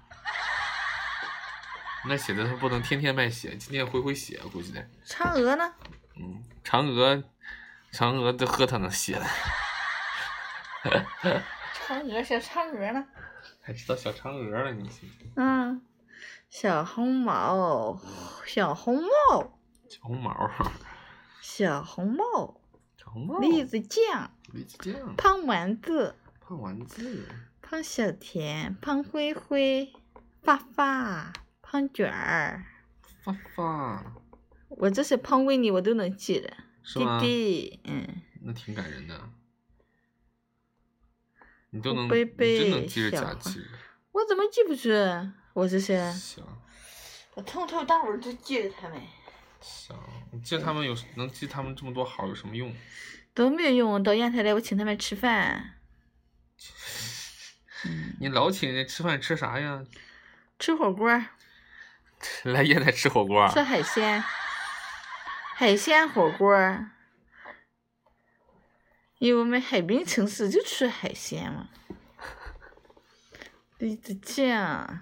卖血的他不能天天卖血，今天回血估计得。 嫦娥呢？ 嫦娥都喝他那血了。 小嫦娥呢？ 还知道小嫦娥了你？ 小红毛。小红帽。栗子酱。胖丸子。胖小甜。胖灰灰。发。胖卷儿。我这些胖闺女我都能记着。弟弟。 那挺感人的。你都能， 贝贝。 你真能记着假期。 我怎么记不住？ 我这些， 行， 我从头到尾都记着他们。 行，你记他们能记他们这么多好有什么用？ 都没有用，到烟台来我请他们吃饭。 你老请人家吃饭吃啥呀？ 吃火锅。 来烟台吃火锅。 吃海鲜。海鲜火锅。因为我们海滨城市就吃海鲜嘛。李子酱。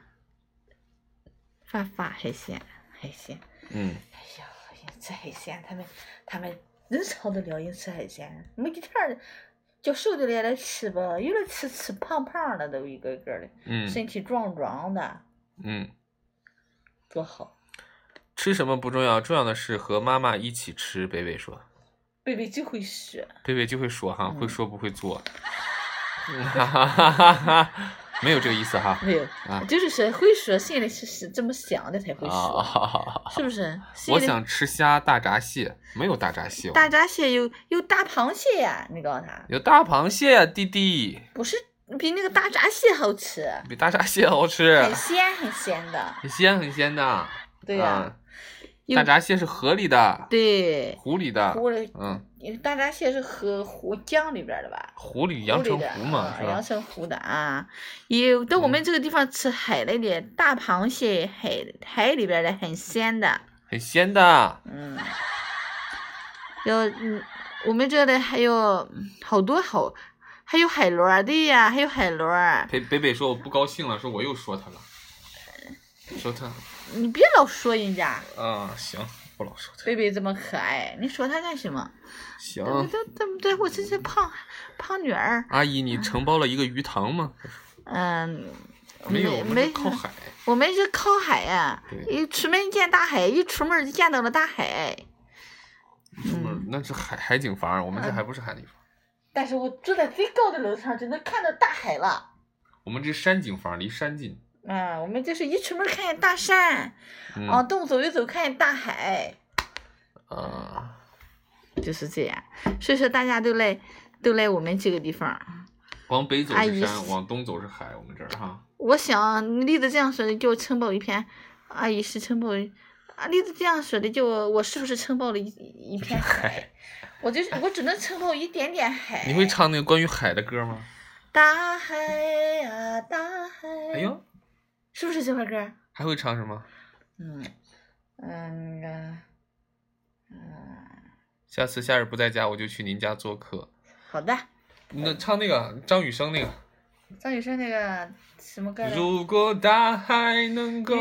发海鲜。哎呀，吃海鲜，他们人少得了，人吃海鲜，没几天叫瘦的来吃吧，有的吃胖的都一个个的，身体壮的，多好。 吃什么不重要，重要的是和妈妈一起吃。贝贝说。 贝贝就会说。 贝贝就会说哈，会说不会做。哈哈哈哈哈。没有这个意思哈， 没有啊，就是说会说，心里是这么想的才会说，是不是？ 我想吃虾大闸蟹，没有大闸蟹。 大闸蟹有大螃蟹呀，你告诉他。 有大螃蟹呀，弟弟。 不是比那个大闸蟹好吃。 比大闸蟹好吃。 很鲜的。 很鲜的。 对呀。 大闸蟹是河里的。 对。 湖里的。 大闸蟹是湖江里边的吧？ 湖里阳澄湖嘛，是吧？ 阳澄湖的啊，有到我们这个地方吃海类的大螃蟹，海里边的很鲜的。 很鲜的。 我们这里还有好多还有海螺的呀，还有海螺。 北北说我不高兴了，说我又说他了，说他。 你别老说人家。 行。不老说他。 贝贝这么可爱，你说他干什么？ 行。 对，我这些胖女儿。 阿姨，你承包了一个鱼塘吗？没有，我们靠海。 我们是靠海呀。一出门见大海，一出门就见到了大海。 出门那是海景房，我们这还不是海景房。 但是我住在最高的楼上，就能看到大海了。 我们这山景房，离山近。 我们就是一出门看见大山，往东走一走看见大海，就是这样。所以说大家都来我们这个地方。 往北走是山，往东走是海，我们这儿哈。 我想栗子这样说的，叫我承包一片。阿姨是承包，栗子这样说的，叫我是不是承包了一片海？我只能承包一点点海。 你会唱那个关于海的歌吗？ 大海啊，大海。 哎呦。 是不是这首歌？ 还会唱什么？下次夏日不在家，我就去您家做客。 好的。 那唱那个张雨生那个。 张雨生那个什么歌？ 如果大海能够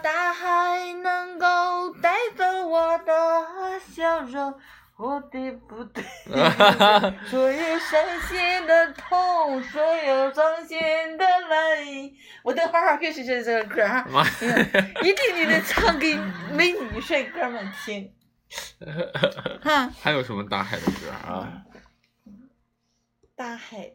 带走我的笑容。我的不对，所有伤心的痛，所有伤心的泪，我得好好学习这个歌啊！一定你得唱给美女帅哥们听。 还有什么大海的歌啊？ 大海，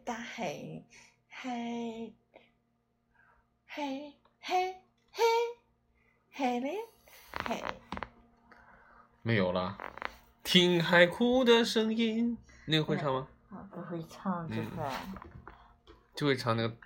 海嘞，海。 没有了。听海哭的声音，那个会唱吗？ 不会唱这个。 就会唱那个，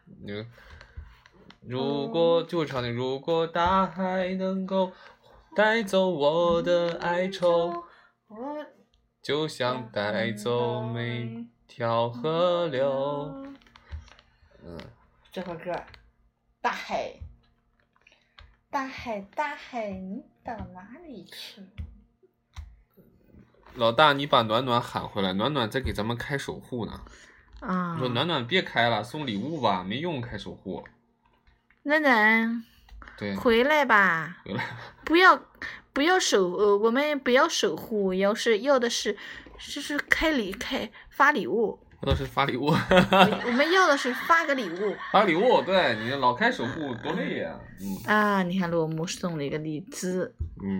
如果大海能够带走我的哀愁，就像带走每条河流。 这首歌，大海，你到哪里去？ 老大，你把暖暖喊回来，暖暖在给咱们开守护呢。说暖暖别开了，送礼物吧，没用开守护。 暖暖， 对， 回来吧， 回来。 不要我们不要守护，要的是发礼物。 要的是发礼物。 我们要的是发个礼物。 发礼物，对，你老开守护多累呀。 你看罗姆送了一个荔枝。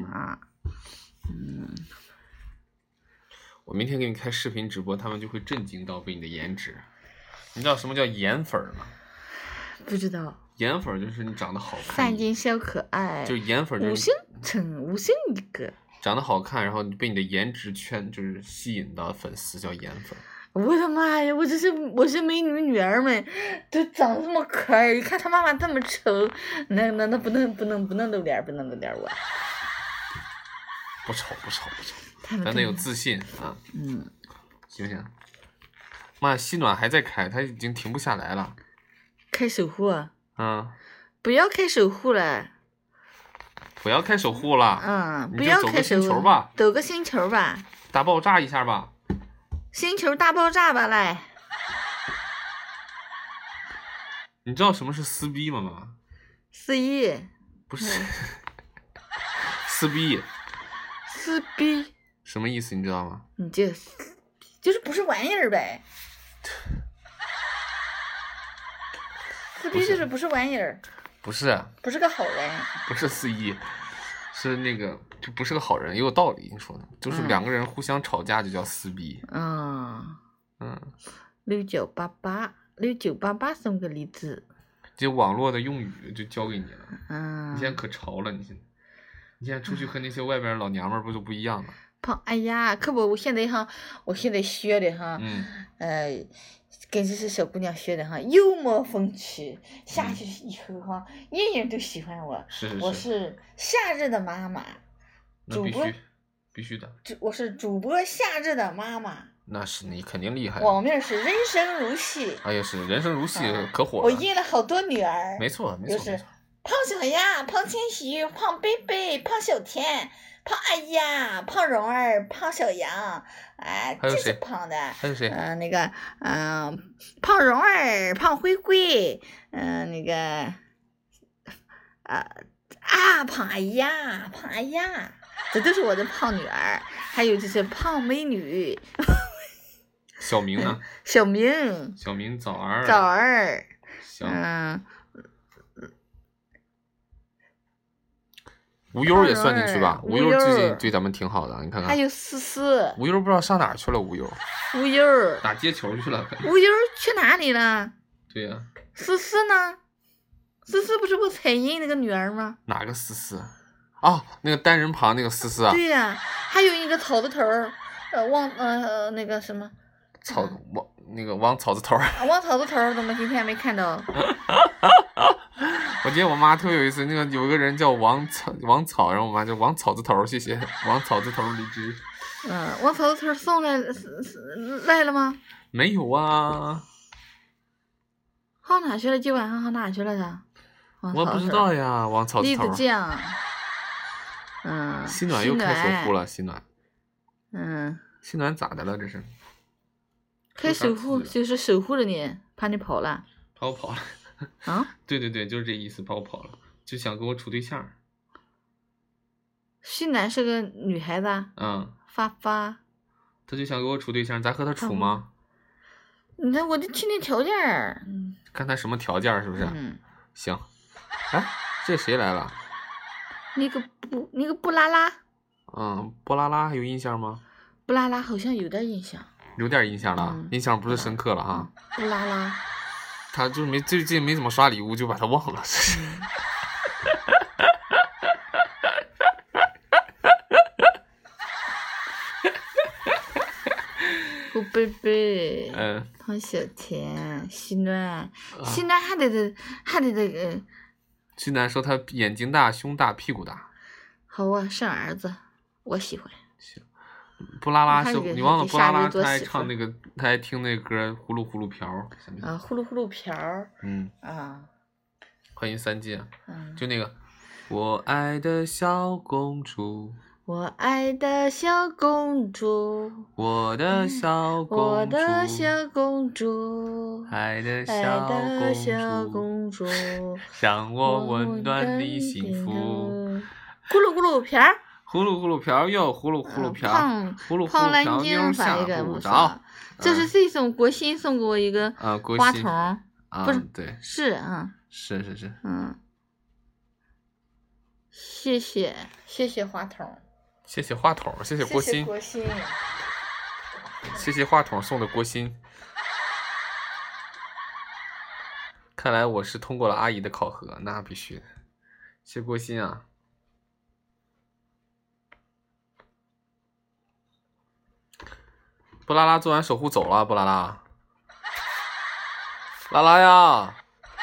我明天给你开视频直播，他们就会震惊到被你的颜值。你知道什么叫颜粉吗？ 不知道。 颜粉就是你长得好看。 三斤小可爱。 就是颜粉就是五星一个。 长得好看，然后被你的颜值就是吸引到粉丝，叫颜粉。 我的妈呀！我是美女女儿们，都长这么可爱，一看她妈妈这么丑，那不能露脸，不能露脸我。 不丑， 他们咱得有自信啊。 嗯， 行不行？妈，西暖还在开，它已经停不下来了。 开守护啊！ 嗯， 不要开守护了。 不要开守护了。 嗯，不你就走个要开守护。 星球吧。 走个星球吧。 大爆炸一下吧。 星球大爆炸吧，来。 你知道什么是撕逼吗，妈？ 四一。 不是。撕逼。 撕逼。 什么意思？你知道吗？ 你就是不是玩意儿呗。撕逼就是不是玩意儿。 不是。 不是个好人。 不是四一，是那个就不是个好人，也有道理。你说的，就是两个人互相吵架就叫撕逼。 6988送个荔枝。 这网络的用语就教给你了。你现在可潮了，你现在出去和那些外边老娘们不就不一样了？ 哎呀，可不，我现在学的哈，跟这些小姑娘学的哈，幽默风趣，下去以后哈，人人都喜欢我。 是。 我是夏日的妈妈，主播必须的。 我是主播夏日的妈妈。 那是你肯定厉害。 网名是人生如戏。 哎呀，是人生如戏，可火了。 我印了好多女儿。 没错。 就是胖小雅、胖千玺、胖贝贝、胖小天。胖哎呀，胖蓉儿，胖小杨，哎，这是胖的。 还有谁？ 那个，胖蓉儿，胖灰灰，那个，胖哎呀，胖哎呀，这都是我的胖女儿。还有就是胖美女。 小明呢？ 小明， 枣儿。 行。 无忧也算进去吧。无忧最近对咱们挺好的，你看看。 还有思思。 无忧不知道上哪儿去了。无忧打街球去了。 无忧去哪里了？ 对呀。 思思呢？思思不是我彩英那个女儿吗？ 哪个思思？哦，那个单人旁那个思思啊。 对呀，还有一个草字头，那个什么。 王草字头。 王草字头怎么今天没看到？ 我记得我妈特有意思，那个有一个人叫王草，然后我妈就王草字头，谢谢王草字头荔枝。 王草字头送来了吗？ 没有啊。 好哪去了？今晚上好哪去了他？ 我不知道呀，王草字头。 栗子酱。 西暖又开守护了，西暖。西暖咋的了？这是。 开守护就是守护着你，怕你跑了。 怕我跑了。对，就是这意思，怕我跑了，就想跟我处对象。 西南是个女孩子。发。 他就想跟我处对象，咱和他处吗？ 那我得听听条件。 看他什么条件，是不是？行。哎，这谁来了？ 那个布拉拉。 布拉拉还有印象吗？ 布拉拉好像有点印象。 有点印象了，印象不是深刻了哈。 布拉拉。 他就最近没怎么刷礼物，就把他忘了。 胡贝贝。胖小甜，西暖还得西南说他眼睛大、胸大、屁股大。 好啊，生儿子，我喜欢。 行。布拉拉是你忘了布拉拉，他还唱那个，他还听那个歌《呼噜呼噜瓢》。 呼噜呼噜瓢。 欢迎三季。就那个，我爱的小公主。 我爱的小公主。 我的小公主。 爱的小公主。让我温暖你幸福。 呼噜呼噜瓢。 呼噜呼噜瓢哟，呼噜呼噜瓢，呼噜呼噜瓢妞下不着。 这是谁送？国新送给我一个花筒。不是， 对， 是。 是。 谢谢话筒。 谢谢话筒，谢谢郭鑫。谢谢话筒送的郭鑫。看来我是通过了阿姨的考核，那必须的。谢郭鑫啊。 布拉拉做完守护走了，布拉拉，拉拉呀，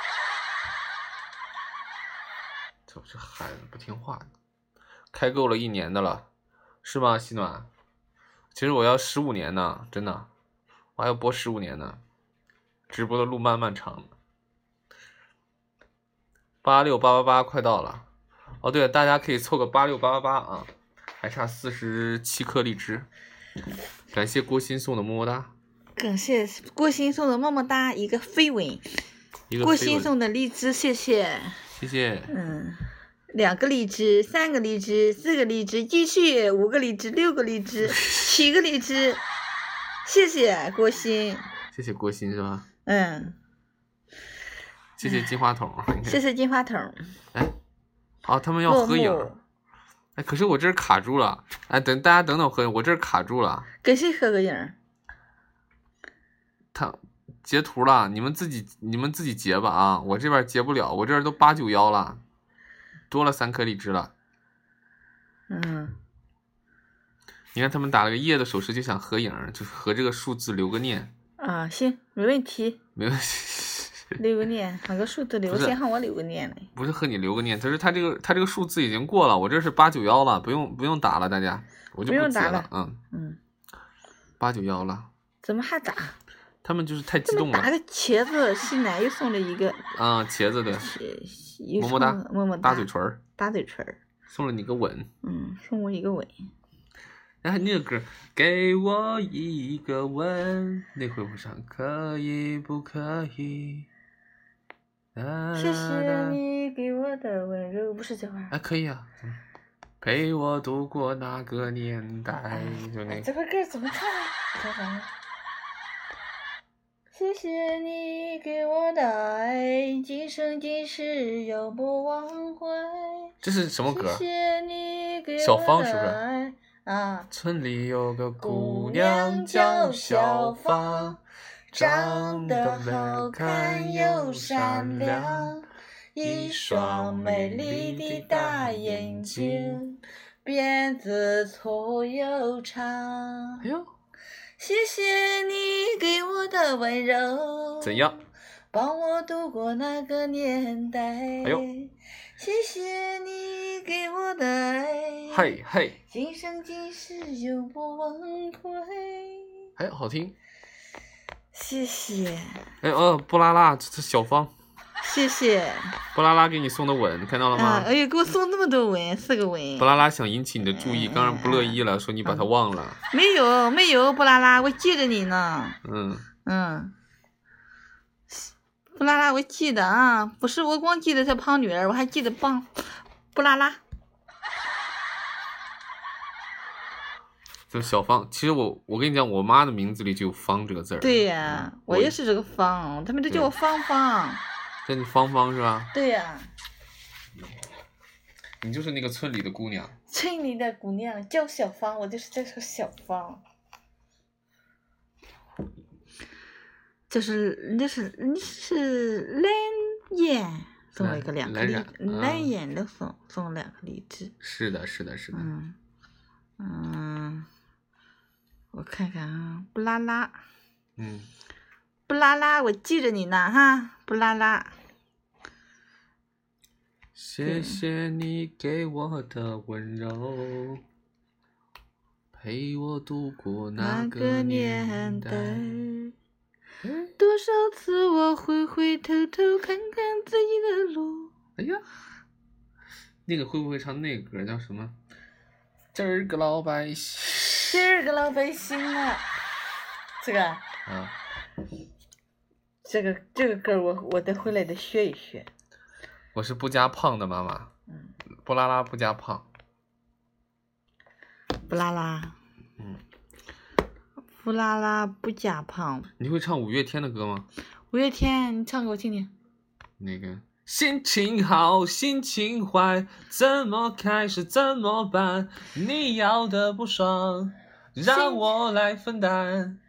这孩子不听话，开够了1年的了，是吗？西暖，其实我要15年呢，真的，我还要播15年呢，直播的路漫漫长。86888快到了，哦对了，大家可以凑个86888啊，还差47颗荔枝。感谢郭鑫送的么么哒， 感谢郭鑫送的么么哒，一个飞吻，郭鑫送的荔枝，谢谢， 谢谢。 2个荔枝，3个荔枝，4个荔枝，继续5个荔枝，6个荔枝，7个荔枝，谢谢郭鑫， 谢谢郭鑫是吧？谢谢金话筒， 谢谢金话筒。 哎，好，他们要合影。哎，可是我这儿卡住了。哎，大家等等合影，我这儿卡住了。 跟谁合个影？ 他截图了，你们自己截吧啊！我这边截不了，我这儿都891了，多了3颗荔枝了。你看他们打了个耶的手势，就想合影，就和这个数字留个念。 啊，行，没问题。 没问题。 留个念，那个数字留，先让我留个念嘞。 不是和你留个念，他这个数字已经过了，我这是891了，不用打了，大家，我就不截了。891了。 怎么还打？ 他们就是太激动了。 打个茄子，西南又送了一个。 茄子的。么么哒， 么么哒， 大嘴唇。 大嘴唇。 送了你个吻。 送我一个吻。 然后那个歌，给我一个吻，那会不上可以不可以？ 谢谢你给我的温柔，不是这话。 可以啊。陪我度过那个年代，就那。 这个歌怎么唱啊？谢谢你给我的爱，今生今世永不忘怀。 这是什么歌？ 谢谢你给我的爱。 小芳是不是？村里有个姑娘叫小芳，长得好看又善良，一双美丽的大眼睛，辫子粗又长。 哎呦， 谢谢你给我的温柔， 怎样？ 帮我度过那个年代。 哎呦， 谢谢你给我的爱， 嘿嘿， 今生今世永不忘怀。 哎，好听。 谢谢。 哎布拉拉，这小芳。 谢谢。 布拉拉给你送的吻，看到了吗？ 哎呦，给我送那么多吻，4个吻。 布拉拉想引起你的注意，当然不乐意了，说你把他忘了。 没有，布拉拉，我记着你呢。布拉拉，我记得啊，不是我光记得这胖女儿，我还记得布拉拉。 这小芳，其实我跟你讲，我妈的名字里就有芳这个字儿。 对呀，我也是这个芳，他们都叫我芳芳。 叫你芳芳是吧？ 对呀。 你就是那个村里的姑娘。 村里的姑娘叫小芳，我就是这个小芳。那是蓝眼送了一个2个荔枝，蓝眼的送2个荔枝。 是的。 我看看啊，布拉拉。布拉拉，我记着你呢哈，布拉拉。 谢谢你给我的温柔，陪我度过那个年代。 多少次我会偷偷看看自己的路。 哎呀，那个会不会唱那歌叫什么？今儿个老百姓。 今儿个老百姓啊，这个。这个歌我得回来得学一学。 我是不加胖的妈妈。布拉拉不加胖。 布拉拉。布拉拉不加胖。 你会唱5月天的歌吗？ 5月天，你唱给我听听。 那个心情好，心情坏，怎么开始怎么办？你要的不爽，让我来分担。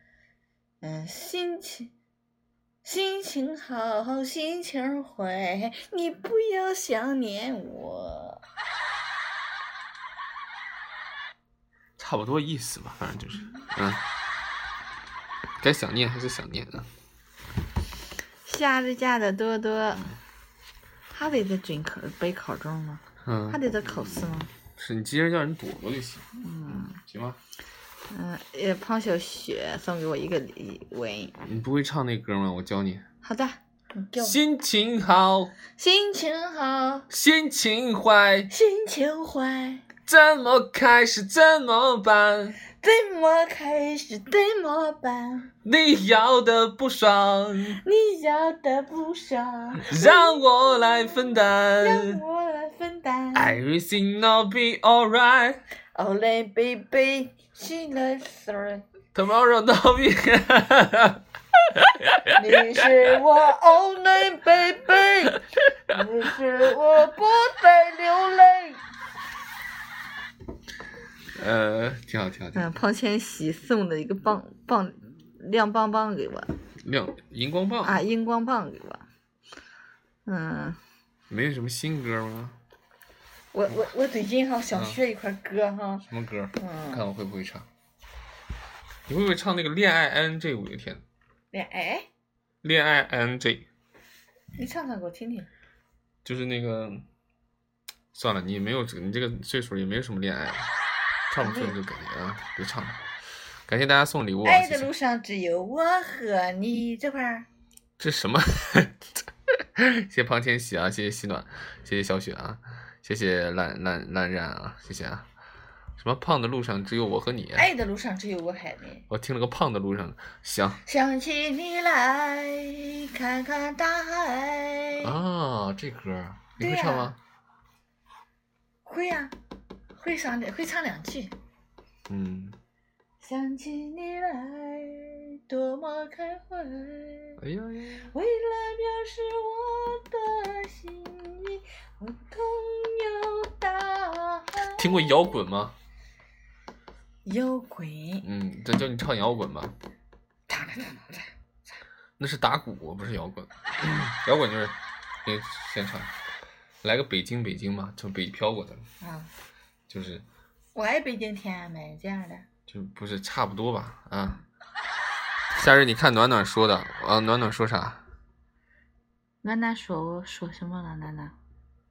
心情好，心情坏，你不要想念我。 差不多意思吧，反正就是， 该想念还是想念的。 夏日家的多多，还得在备考证吗？还得在考试吗？ 是你接着叫人躲过就行。行吗？ 胖小雪送给我一个礼物。 你不会唱那歌吗？我教你。 好的。 心情好， 心情好， 心情坏， 心情坏， 怎么开始怎么办？ 怎么开始怎么办？ 你要的不爽， 你要的不爽， 让我来分担， 让我来分担。 Everything will be alright. Alright, baby, she likes it. Tomorrow will be. 你是我 only baby， 你是我不再流泪。 挺好。 胖千玺送的一个亮棒棒给我。 荧光棒啊，荧光棒给我。 没有什么新歌吗？ 我最近想学一块歌哈。 什么歌？看我会不会唱。你会不会唱那个恋爱 ING 五月天？恋爱 ING。 你唱给我听听。 就是那个，算了，你这个岁数也没有什么恋爱，唱不出来就感觉啊，别唱了。感谢大家送礼物啊！ 爱的路上只有我和你这块儿。 这什么？谢谢胖千玺啊，谢谢西暖，谢谢小雪啊，谢谢烂然啊，谢谢啊。什么胖的路上只有我和你？ 爱的路上只有我和你。 我听了个胖的路上， 想起你来，看看大海。 啊，这歌你会唱吗？ 会呀，会唱2句。想起你来，多么开怀。 哎呀， 为了表示我的心意，我同游大海。 听过摇滚吗？ 摇滚。 再叫你唱摇滚吧。那是打鼓，不是摇滚。摇滚就是现场，来个北京嘛，从北漂过的。就是。 我爱北京天安门这样的。 就不是差不多吧？夏日，你看暖暖说的，暖暖说啥？ 暖暖说什么了？暖暖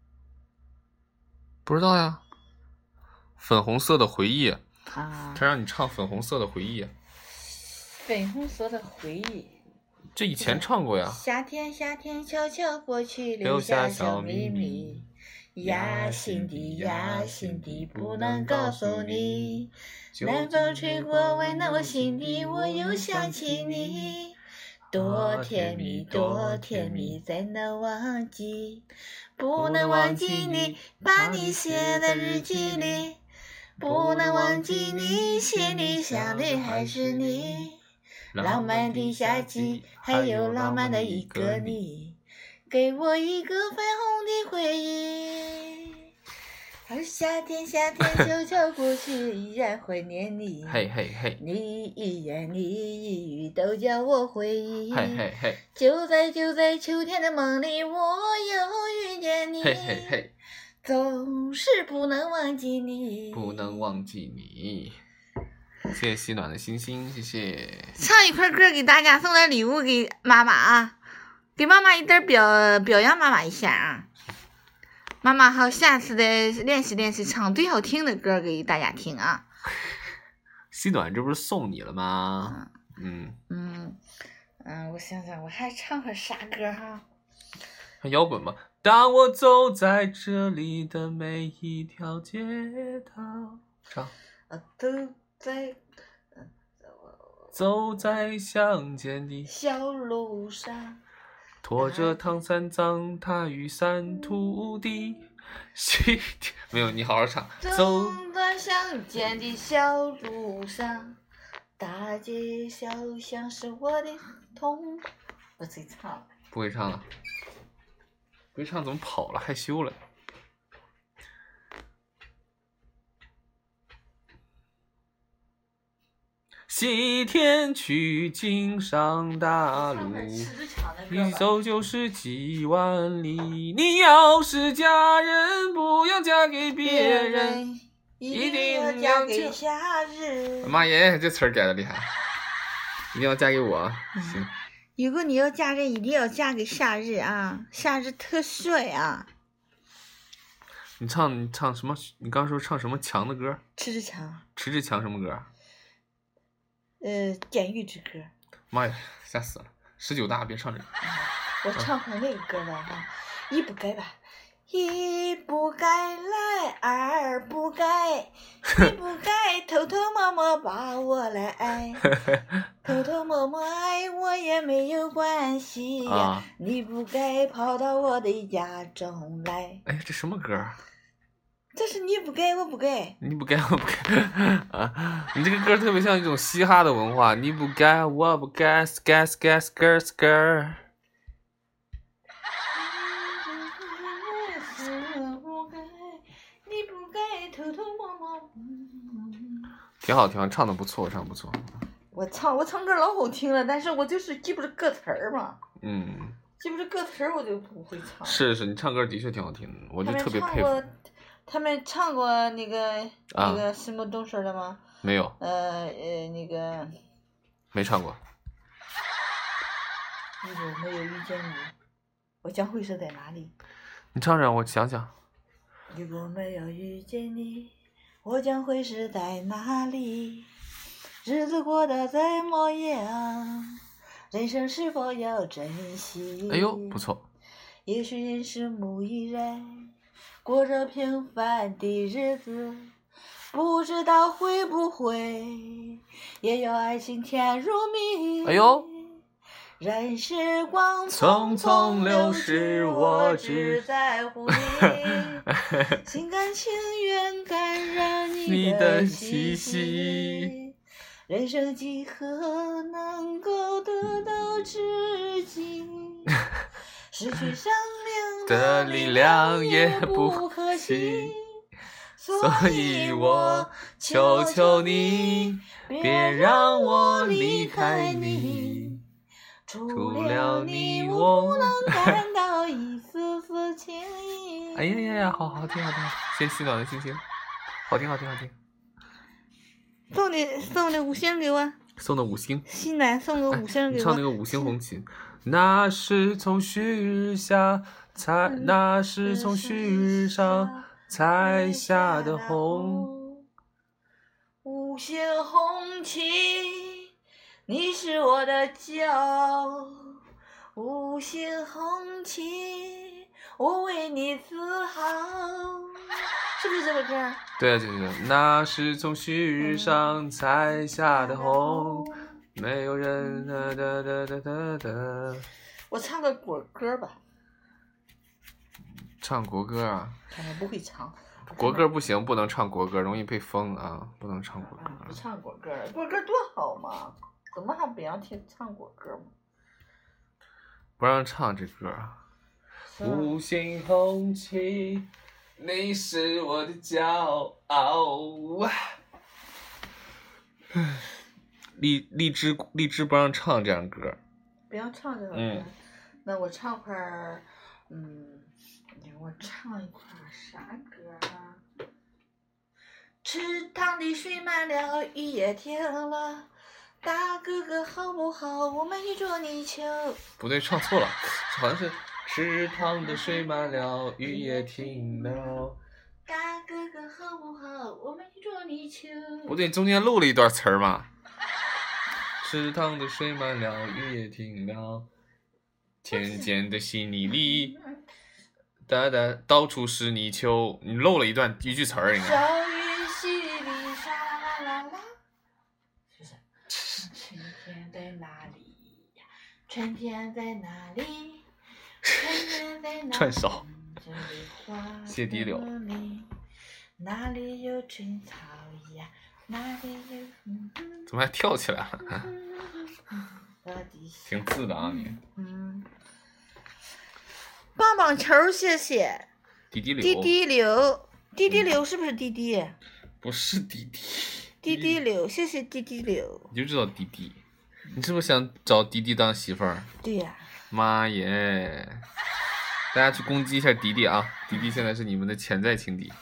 不知道呀。粉红色的回忆他让你唱粉红色的回忆。 粉红色的回忆， 这以前唱过呀。 夏天悄悄过去，留下小秘密。压心底不能告诉你，南风吹过温暖我心底，我又想起你，多甜蜜怎能忘记，不能忘记你把你写在日记里，不能忘记你心里想的还是你，浪漫的夏季还有浪漫的一个你，给我一个粉红的回忆，而夏天悄悄过去，依然怀念你。 嘿嘿嘿， 你一言你一语都叫我回忆。 嘿嘿嘿， 就在秋天的梦里，我又遇见你。 嘿嘿嘿， 总是不能忘记你。 不能忘记你。谢谢西暖的星星，谢谢。 唱一块歌给大家，送点礼物给妈妈啊。给妈妈一点表扬妈妈一下啊！妈妈好，下次的练习唱最好听的歌给大家听啊！ 西暖这不是送你了吗？ 我想想，我还唱会啥歌哈？ 唱摇滚吧。当我走在这里的每一条街道，唱。走在乡间的小路上。 拖着唐三藏，他雨伞土地，没有，你好好唱。 走在乡间的小路上，大街小巷是我的痛。不会唱， 不会唱了，不会唱怎么跑了？害羞了。西天取经上大路，一走就是几万里。你要是嫁人，不要嫁给别人，一定要嫁给夏日。妈耶，这词儿改的厉害！ 一定要嫁给我。行。 如果你要嫁人，一定要嫁给夏日啊！夏日特帅啊！ 你唱什么？你刚说唱什么强的歌？ 迟志强。 迟志强什么歌？ 监狱之歌。 妈呀，吓死了！19大别唱这个。 我唱会那个歌了哈，一不改吧。一不该来，二不该，一不该偷偷摸摸把我来爱，偷偷摸摸爱我也没有关系呀，你不该跑到我的家中来。 哎，这什么歌？ 这是你不该，我不该。 你不该，我不该啊！你这个歌特别像一种嘻哈的文化。你不该，我不该 ，ska ska ska ska。挺好，唱的不错，唱的不错。 我唱歌老好听了，但是我就是记不住歌词儿嘛。 嗯。 记不住歌词儿，我就不会唱。 是，你唱歌的确挺好听的，我就特别佩服。 他们唱过那个什么东西的吗？ 没有。 那个。 没唱过。 如果没有遇见你，我将会是在哪里？ 你唱唱，我想想。 如果没有遇见你，我将会是在哪里？日子过得怎么样？人生是否要珍惜？ 哎呦，不错。 也许人是木一人，过着平凡的日子，不知道会不会也有爱情甜如蜜。 哎呦。 任时光匆匆流逝，我只在乎你，心甘情愿感染你的气息。人生几何能够得到知己？失去生命的力量也不可惜。所以我求求你，别让我离开你。除了你，我不能感到一丝丝情意。 哎呀，好听，先洗暖的心情，好听。 送的五星给我。 送的5星。 西南送个5星给我。 你唱那个5星红旗。那是从旭日下那是从旭日上采下的红。 5星红旗。你是我的骄傲，5星红旗，我为你自豪，是不是这个歌？ 对，那是从旭日上采下的红，没有人我唱个国歌吧。 唱国歌啊？ 不会唱。 国歌不行，不能唱国歌，容易被封啊！不能唱国歌。 不唱国歌，国歌多好嘛！怎么还不让唱国歌吗？ 不让唱这歌。5星红旗，你是我的骄傲。荔枝不让唱这样歌。 不让唱这首歌。那我唱块儿，我唱一块啥歌啊？池塘的水满了，雨也停了。大哥哥好不好？我们去捉泥鳅。 不对，唱错了，好像是池塘的水满了，雨也停了。 大哥哥好不好？我们去捉泥鳅。 不对，中间漏了一段词儿嘛。池塘的水满了，雨也停了。田间的稀泥里，到处是泥鳅。你漏了一句词儿，应该。 小雨淅沥沙啦啦啦。春天在哪里呀？春天在哪里？春天在哪里？ 串烧。谢地柳。 哪里有春草呀？哪里有？ 怎么还跳起来了？挺自的啊你。 棒棒球，谢谢。 滴滴柳是不是滴滴？ 不是滴滴。 滴滴柳，谢谢滴滴柳。 你就知道滴滴，你是不是想找滴滴当媳妇儿？ 对呀。 妈耶！大家去攻击一下迪迪啊！迪迪现在是你们的潜在情敌，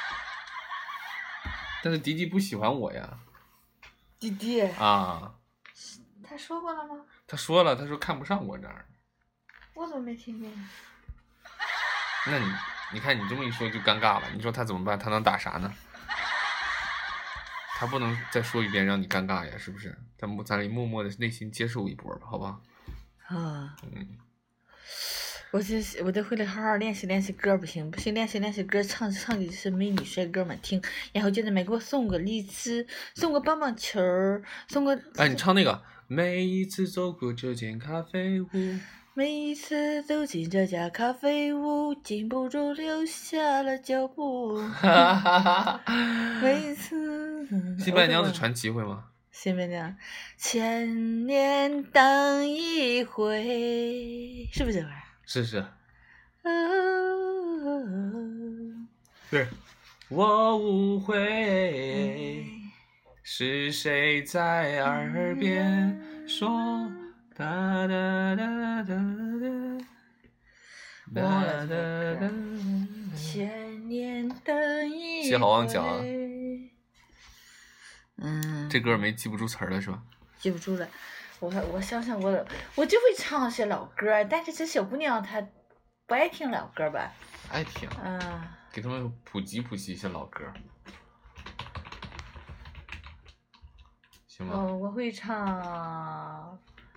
但是迪迪不喜欢我呀。 迪迪啊， 他说过了吗？ 他说了，他说看不上我这儿。 我怎么没听见？ 那你看你这么一说就尴尬了，你说他怎么办？他能打啥呢？他不能再说一遍让你尴尬呀，是不是？咱得默默的内心接受一波吧，好吧？ 啊。我得回来好好练习练习歌，不行练习歌，唱给是美女帅哥们听，然后记得给我送个荔枝，送个棒棒球，送个。 哎，你唱那个。每一次走过这间咖啡屋， 每一次走进这家咖啡屋，禁不住留下了脚步。每一次。 新白娘子传奇会吗？ 新白娘，千年等一回，是不是这玩意儿？ 是。对。我误会，是谁在耳边说哒哒哒哒哒哒哒。 千年等一回。 谢好望角啊。这歌没记不住词儿了是吧？ 记不住了，我想想我就会唱些老歌，但是这小姑娘她不爱听老歌吧？ 爱听。给他们普及一些老歌，行吗？ 我会唱，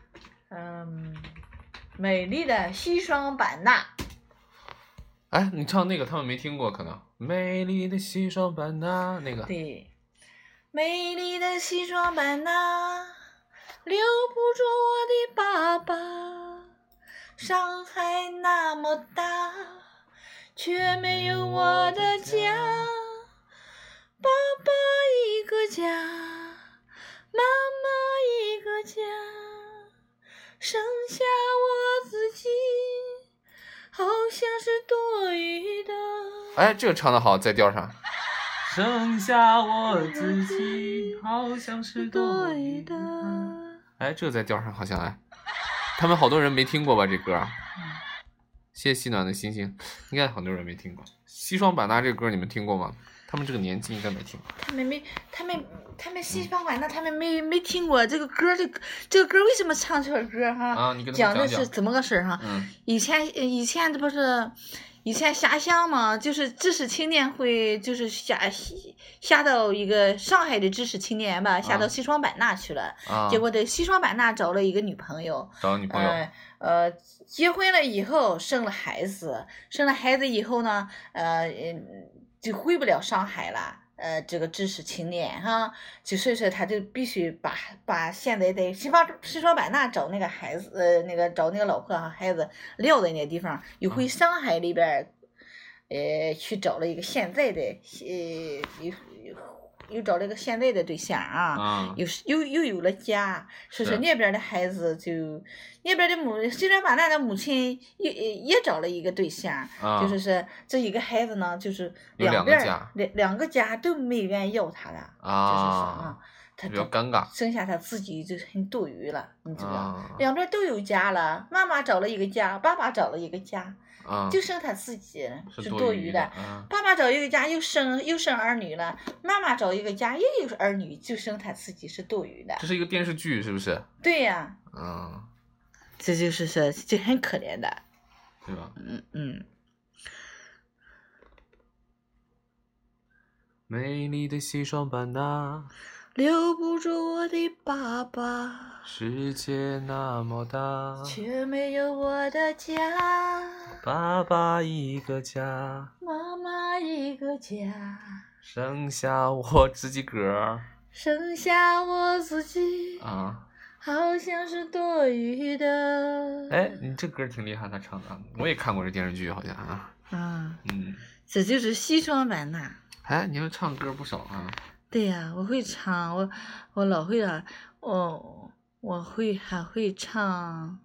美丽的西双版纳。 哎，你唱那个他们没听过，可能美丽的西双版纳那个。 对，美丽的西双版纳，留不住我的爸爸，上海那么大，却没有我的家，爸爸一个家，妈妈一个家，剩下我自己，好像是多余的。 哎，这个唱得好，在调上。剩下我自己，好像是多余的。哎，这个在调上好像哎，他们好多人没听过吧这歌？谢谢细暖的星星，应该很多人没听过。西双版纳这个歌你们听过吗？他们这个年纪应该没听过。 他们西双版纳他们没听过这个歌，这个歌为什么唱这首歌哈？ 啊，你跟他们讲的是怎么个事儿哈？以前这不是以前下乡嘛，就是知识青年会就是下到一个上海的知识青年吧，下到西双版纳去了。结果在西双版纳找了一个女朋友。 找女朋友。 结婚了以后生了孩子以后呢，就回不了上海了。这个知识青年哈，所以说他就必须把现在在西双版纳找那个孩子，找那个老婆和孩子撂在那个地方，又回上海里边，去找了一个现在的又找了一个现在的对象啊，又有了家，说是那边的孩子那边的西双版纳的母亲也找了一个对象，就是说这一个孩子呢，就是两个家都没愿意要他的，就是说他比较尴尬， 剩下他自己就很多余了，你知道，两边都有家了，妈妈找了一个家，爸爸找了一个家。就剩他自己是多余的。爸爸找一个家又生儿女了，妈妈找一个家也有儿女，就剩他自己是多余的。 这是一个电视剧是不是？ 对呀。这就是说就很可怜的， 对吧？美丽的西双版纳， 留不住我的爸爸， 世界那么大， 却没有我的家， 爸爸一个家， 妈妈一个家， 剩下我自己个， 剩下我自己好像是多余的。 哎，你这歌挺厉害，他唱的，我也看过这电视剧，好像这就是西双版纳。 哎，你要唱歌不少啊。 对呀，我会唱，我老会了，我还会唱。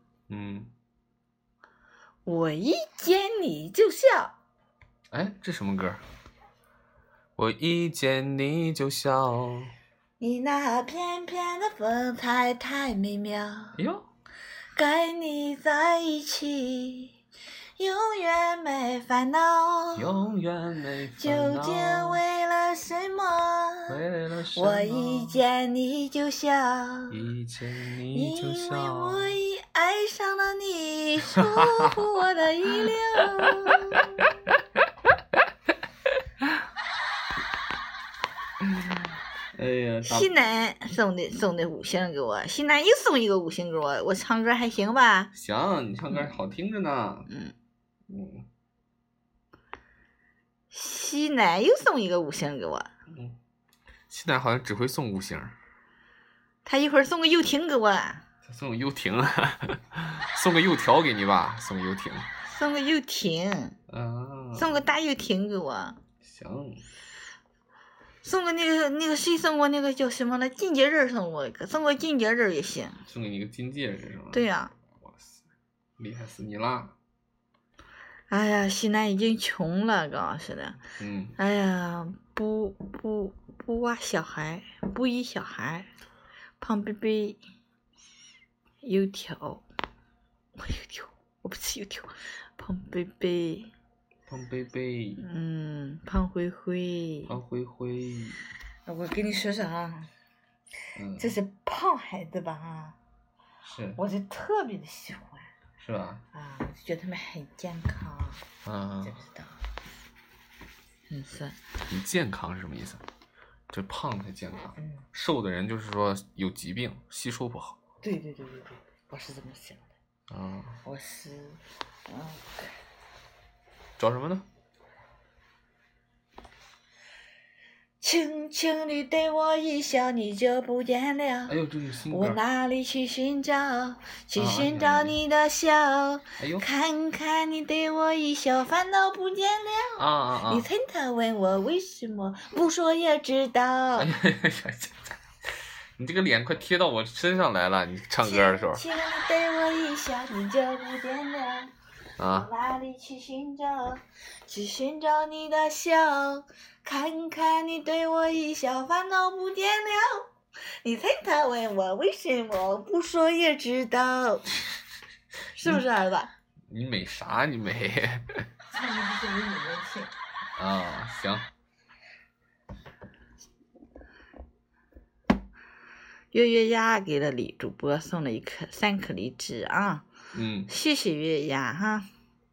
我一见你就笑。 哎，这什么歌？我一见你就笑。 你那翩翩的风采太美妙。 哎呦， 跟你在一起， 永远没烦恼， 永远没究烦恼。 竟为了什么？ 为了什么？ 我一见你就笑， 一见你就因为笑。 我已爱上了你，出乎我的意料。 哎呀， 西南送的5星给我，西南又送一个5星给我，我唱歌还行吧？ 行，你唱歌好听着呢。 西南又送一个5星给我。 西南好像只会送5星。 他一会儿送个游艇给我。 他送个游艇啊，送个油条给你吧，送个游艇。 送个游艇。 啊。 送个大游艇给我。 行。 送个那个谁送我那个叫什么了？金戒指送我一个，送个金戒指也行。 送给你个金戒指是吗？ 对呀。 哇塞，厉害死你啦！ 哎呀，西南已经穷了，刚是的。哎呀，不挖小孩，不依小孩，胖贝贝，油条，我不吃油条，胖贝贝。 胖贝贝， 胖灰灰，我跟你说说啊，这是胖孩子吧？ 是， 我就特别的喜欢， 是吧？ 啊，我就觉得他们很健康，知不知道？是。 你健康是什么意思？这胖才健康，瘦的人就是说有疾病，吸收不好。 对，我是这么想的。我是， 找什么呢？ 轻轻地对我一笑，你就不见了。 哎呦，这是新歌。 我哪里去寻找你的笑？ 哎呦， 看看你对我一笑，烦恼不见了。你曾他问我为什么，不说也知道。 哎呀，你这个脸快贴到我身上来了，你唱歌的时候。 轻轻地对我一笑，你就不见了。我哪里去寻找你的笑？看看你对我一笑，烦恼不见了。你曾他问我为什么，不说也知道。是不是儿子？ 你美啥？你美？ 唱的不是没你年轻。 行。 月牙给了李主播送了3颗荔枝啊。谢谢月牙哈。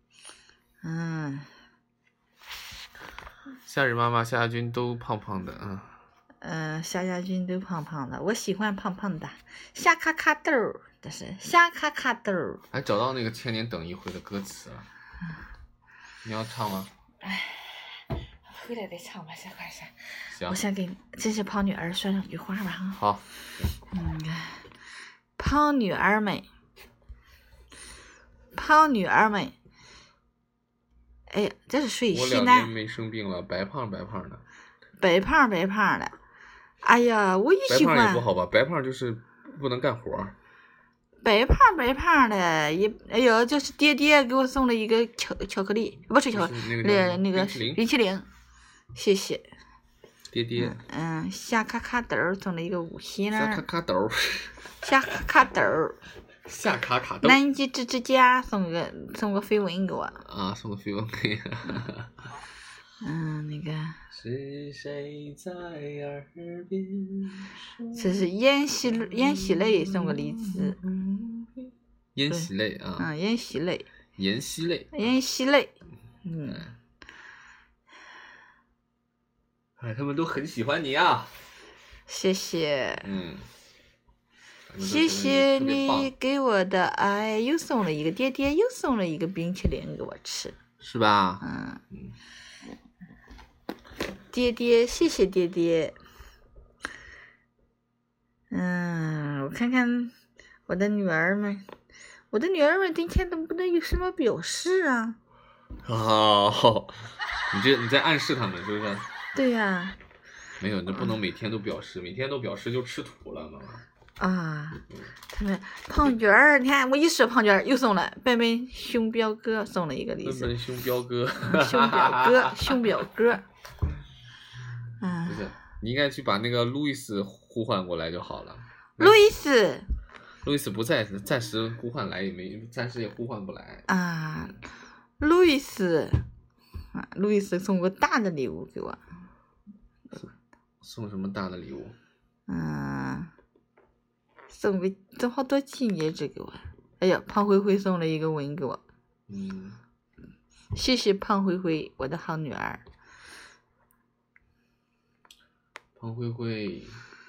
夏日妈妈、夏亚军都胖胖的夏亚军都胖胖的，我喜欢胖胖的。夏卡卡豆，这是夏卡卡豆。 还找到那个千年等一回的歌词了，你要唱吗？ 回来再唱吧，这块是。 行。 我想给真是胖女儿说2句话吧哈。 好。 胖女儿们，哎呀，这是水西南。 我2年没生病了，白胖的。 白胖的，哎呀，我也喜欢。 白胖也不好吧？白胖就是不能干活。 白胖的，哎呦，就是爹给我送了一个巧克力，不是巧克力，那个冰淇淋，谢谢。 爹。 夏卡卡豆送了一个5星呢。 夏卡卡豆。夏卡卡豆。 南极之家送个绯闻给我。 送个绯闻给。 那个。 是谁在耳边？ 这是妍希泪送个荔枝。 妍希泪啊。 妍希泪。 他们都很喜欢你啊。 谢谢。谢谢你给我的爱，又送了一个爹又送了一个冰淇淋给我吃， 是吧？ 爹，谢谢爹。我看看我的女儿们今天都不能有什么表示啊。 你在暗示他们是不是？ 对呀。 没有，你不能每天都表示，每天都表示就吃土了嘛。 他们胖娟儿，你看我一说胖娟儿又送了笨熊表哥送了一个荔枝。 笨熊表哥。 熊表哥。 不是，你应该去把那个路易斯呼唤过来就好了。 路易斯不在，暂时呼唤来也没，暂时也呼唤不来。 路易斯，路易斯送个大的礼物给我。 送什么大的礼物？ 送好多纪念纸给我。哎呀，胖灰灰送了一个吻给我。谢谢胖灰灰，我的好女儿。 胖灰灰。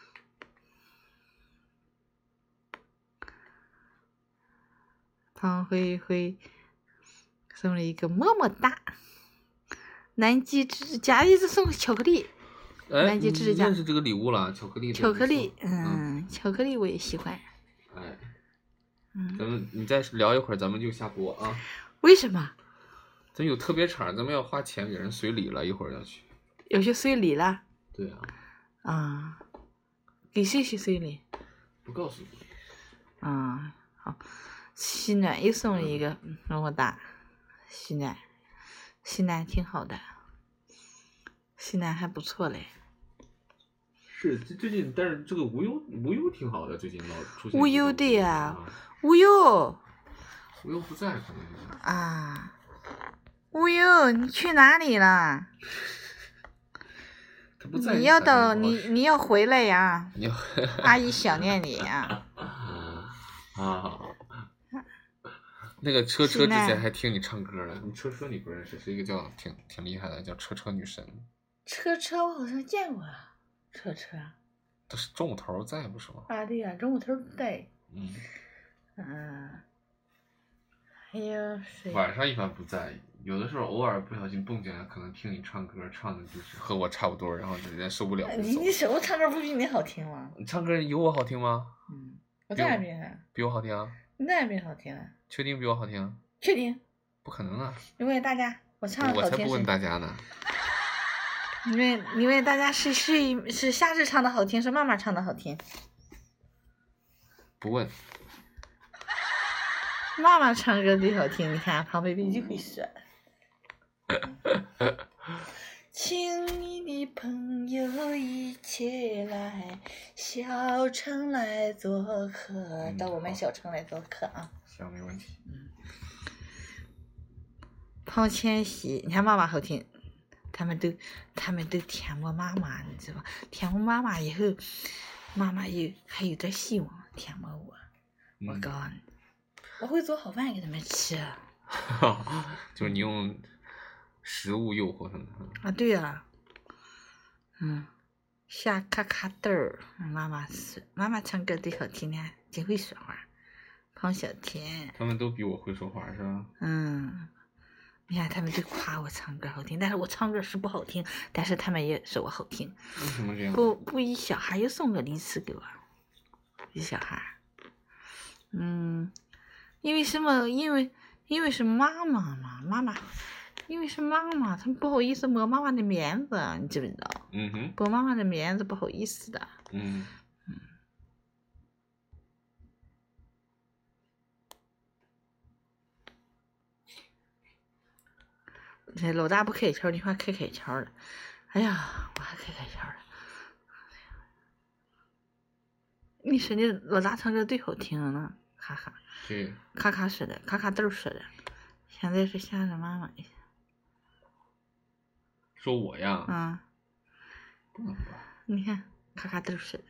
胖灰灰送了一个么么哒。南极指甲一直送个巧克力。南极指甲认识这个礼物了，巧克力。 巧克力，巧克力我也喜欢。 哎，你再聊一会儿，咱们就下播啊。 为什么？ 咱有特别场，咱们要花钱给人随礼了，一会儿要去。 要去随礼了？ 对啊。 给谁去随礼？ 不告诉你。 好。西暖又送了一个么么哒。西南挺好的，西南还不错嘞。 是最近，但是这个无忧挺好的，最近老出现。 无忧的呀，无忧不在可能。 无忧，你去哪里了？ 他不在。 你要回来呀？ 你要阿姨想念你呀。 那个车之前还听你唱歌了，你车你不认识，是一个叫挺厉害的，叫车女神。车我好像见过啊。车。 都是中午头在不是吗？ 对呀，中午头在。还有谁？ 晚上一般不在，有的时候偶尔不小心蹦进来，可能听你唱歌，唱的就是和我差不多，然后人家受不了。 你什么唱歌不比你好听吗？ 你唱歌有我好听吗？ 我在那边。 比我好听啊？ 你在那边好听啊？ 确定比我好听？ 确定。 不可能啊！ 你问大家，我唱的好听。 我才不问大家呢。 你问大家是夏至唱的好听，是妈妈唱的好听？ 不问。 妈妈唱歌最好听，你看胖 baby 就会说。请你的朋友一起来小城来做客，到我们小城来做客啊。 行，没问题。 胖千玺，你看妈妈好听，他们都舔我妈妈，你知道吧？舔我妈妈以后，妈妈还有点希望舔我。我告诉你，我会做好饭给他们吃。 就是你用食物诱惑他们。 对呀。下卡卡豆儿，妈妈唱歌最好听呢，真会说话。胖小甜。 他们都比我会说话是吧？ 你看他们都夸我唱歌好听，但是我唱歌是不好听，但是他们也说我好听。 为什么这样？ 不一小孩又送个梨子给我，一小孩。因为什么？因为是妈妈嘛，因为是妈妈，他们不好意思摸妈妈的面子，你知不知道？摸妈妈的面子不好意思的。老大不开窍，你快开窍了。哎呀，我还开窍了。你说你老大唱歌最好听了呢，哈哈。 对。 卡卡说的，卡卡豆说的。现在是吓着妈妈一下。 说我呀？不能吧？ 你看，卡卡豆说的。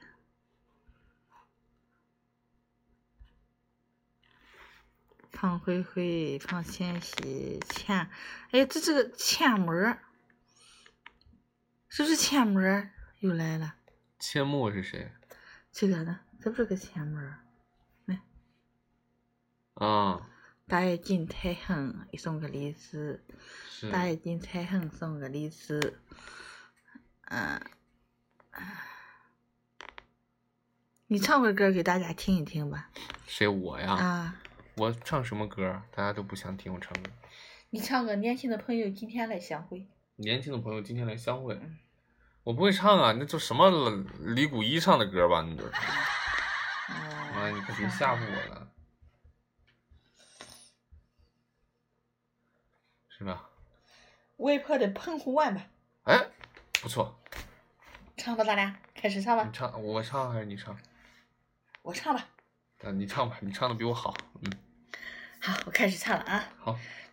胖灰灰，胖千玺，哎，这个阡陌，是不是阡陌又来了？ 阡陌是谁？ 这个呢？这不是个阡陌？来。大眼睛彩虹送个梨子。大眼睛彩虹送个梨子。你唱个歌给大家听一听吧。 谁我呀？我唱什么歌？大家都不想听我唱歌。 你唱个年轻的朋友今天来相会。 年轻的朋友今天来相会。我不会唱啊，那就什么李谷一唱的歌吧？你就是。你可别吓唬我了。是吧？ 外婆的澎湖湾吧。 哎，不错。 唱吧，咱俩开始唱吧。 你唱，我唱还是你唱？ 我唱吧。 你唱吧，你唱的比我好。 好，我开始唱了啊。 好。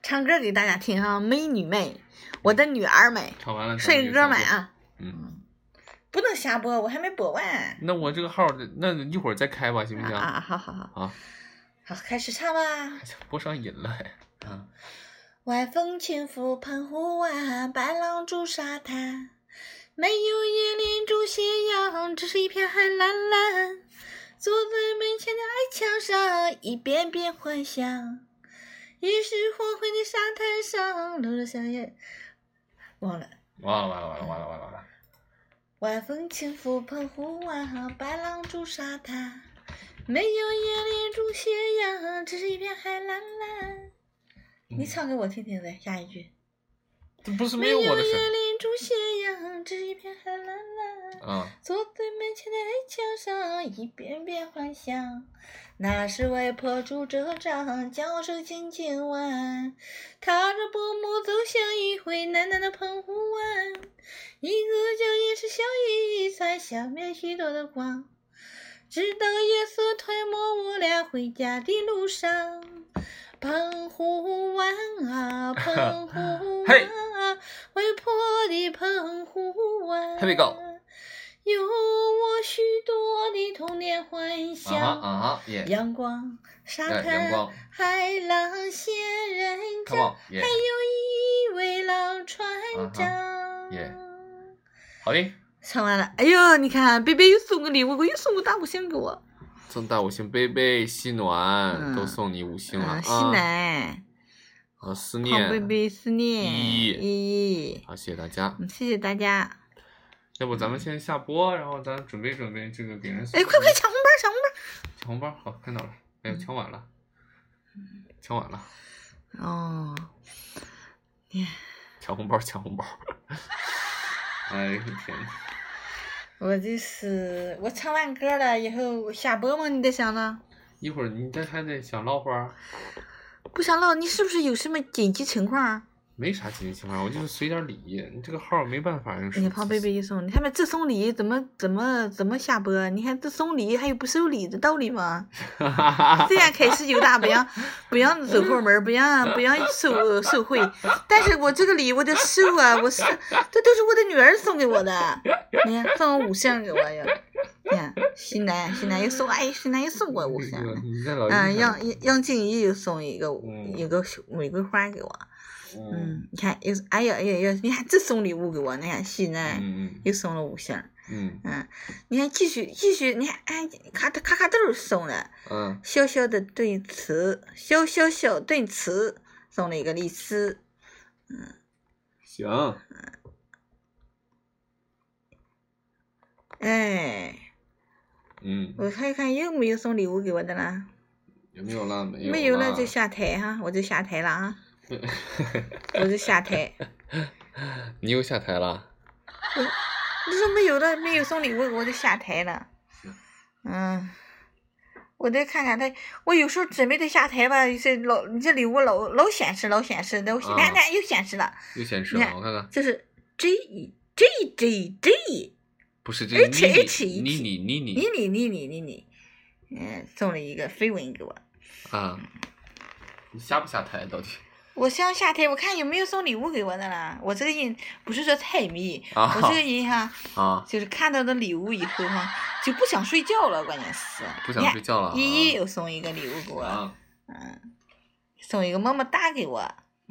唱歌给大家听哈，美女们，我的女儿们， 唱完了帅哥们啊，不能瞎播，我还没播完。 那我这个号，那一会儿再开吧，行不行？ 啊，好，好，开始唱吧。 播上瘾了， 晚风轻拂澎湖湾，白浪逐沙滩，没有椰林住斜阳，只是一片海蓝蓝。坐在门前的矮墙上，一遍遍幻想。也是黄昏的沙滩上，露着香烟。忘了。 完了。 晚风轻拂澎湖湾，白浪逐沙滩，没有椰林住斜阳，只是一片海蓝蓝。你唱给我听听呗，下一句。 这不是没有我的事。 没有椰林住斜阳，只是一片海蓝蓝。坐在门前的矮墙上，一遍遍幻想。那是外婆拄着杖，将手轻轻挽，踏着薄暮走向一回南南的澎湖湾。一个脚印是小雨一串，消灭许多的光。直到夜色吞没我俩回家的路上。澎湖湾啊，澎湖湾啊，外婆的澎湖湾。 Here we go。 有我许多的童年幻想，阳光、沙滩、海浪、仙人掌，还有一位老船长。 好的， 唱完了。哎呦，你看，贝贝又送个礼物，又送个大五星给我。 送大五星，贝贝、西暖都送你5星了。 西南。 思念。 贝贝思念。依依。 好，谢谢大家。 谢谢大家。 要不咱们先下播，然后咱准备这个给人送。 哎，快抢红包！ 抢红包，好，看到了。哎呦，抢晚了。 哦。 抢红包。哎呦天哪！ 我唱完歌了以后下播吗？你在想呢？ 一会儿你还得想唠会儿。 不想唠，你是不是有什么紧急情况？ 没啥紧急情况，我就是随点礼，你这个号没办法。 你怕贝贝一送，他们只送礼，怎么下播？你看这送礼还有不收礼的道理吗？虽然开始有大不让走后门，不让受贿，但是我这个礼我得收啊！这都是我的女儿送给我的，你看送我5星给我呀！你看西南又送，西南又送我5星。杨静怡又送一个玫瑰花给我。你看哎呀，你看这送礼物给我，你看西南又送了5星。你看继续，你看卡豆送了，小小炖瓷送了一个丽丝。 行。 哎。我看一看有没有送礼物给我的啦？ 有没有了？ 没有了就下台哈，我就下台了啊。我就下台。 你又下台了？ 你说没有送礼物，我就下台了。我再看看他，我有时候准备的下台吧，你这礼物老显示，看又显示了。 又显示了，我看看。 这是 J。 不是这 H 你， 送了一个飞吻给我。 你下不下台到底？ 我想下台，我看有没有送礼物给我的啦。我这个人不是说财迷，我这个人哈，就是看到的礼物以后哈，就不想睡觉了，关键是。 不想睡觉了。 依依又送一个礼物给我，送一个么么哒给我。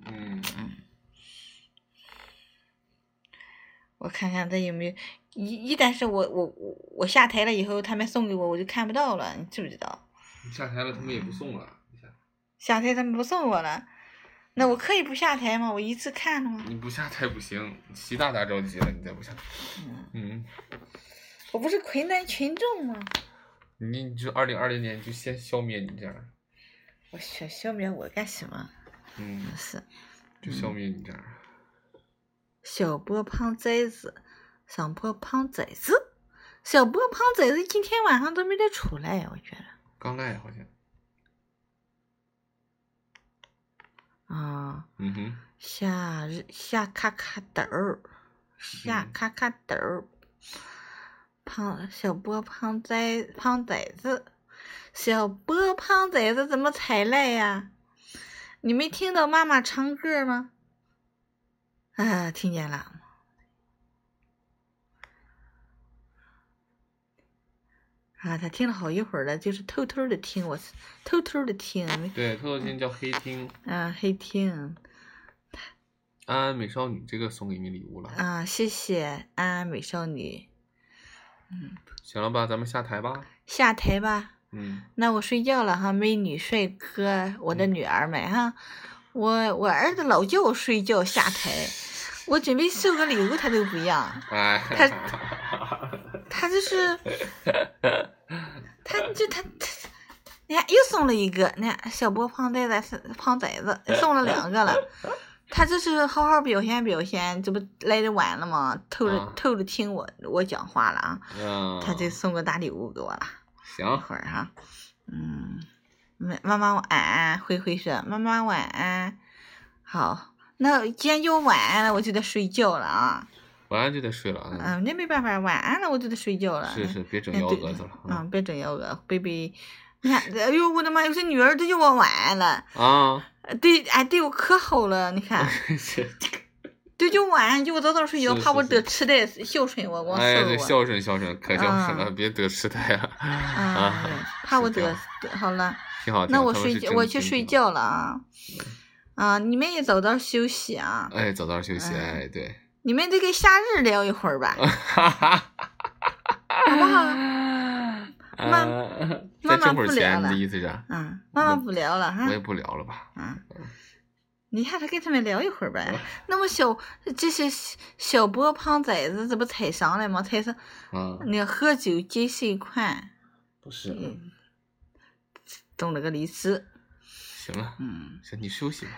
我看看他有没有。一旦是我下台了以后，他们送给我就看不到了，你知不知道？ 你下台了，他们也不送了。 下台他们不送我了，那我可以不下台吗？我一次看了吗？ 你不下台不行，习大大着急了，你再不下台。 我不是困难群众吗？ 你就2020年就先消灭你这样。 我消灭我干什么？是。 就消灭你这样。 小波胖崽子。上坡胖崽子，小波胖崽子今天晚上都没得出来，我觉得。 刚来好像。下卡卡豆，小波胖崽子，小波胖崽子怎么才来呀？ 你没听到妈妈唱歌吗？啊，听见了。啊，他听了好一会儿了，就是偷偷的听，我偷偷的听。 对，偷偷听叫黑听。 啊，黑听。 安安美少女，这个送给你礼物了。 啊，谢谢安安美少女。 行了吧，咱们下台吧。 下台吧。那我睡觉了哈，美女帅哥，我的女儿们哈，我儿子老叫我睡觉下台，我准备送个礼物他都不要。他就是他，你看又送了一个，你看小波胖崽子送了2个了。他这是好好表现，这不来的晚了吗？偷着听我讲话了啊。他就送个大礼物给我了。 行， 一会儿哈。妈妈晚安，灰说妈妈晚安。好，那既然就晚安了，我就得睡觉了啊。 晚安就得睡了。 那没办法，晚安了我就得睡觉了。 是，别整幺蛾子了。 别整幺蛾，贝，你看，哎呦我的妈，有些女儿都叫我晚安了啊。 对我可好了，你看。对，就晚上就我早点睡觉，怕我得痴呆，孝顺我，光哎，对，孝顺，可孝顺了，别得痴呆了。 怕我得好了。 挺好。 那我去睡觉了啊。你们也早点休息啊。 哎，早点休息，哎，对。 你们得跟夏日聊一会儿吧。好不好？妈妈不聊了。 你的意思是？ 妈妈不聊了哈。 我也不聊了吧。 你还是跟他们聊一会儿呗。那么这些小波胖崽子，这不才上来吗？才上。那个喝酒结谁款？ 不是。 中了个利是。 行了。行，你休息吧。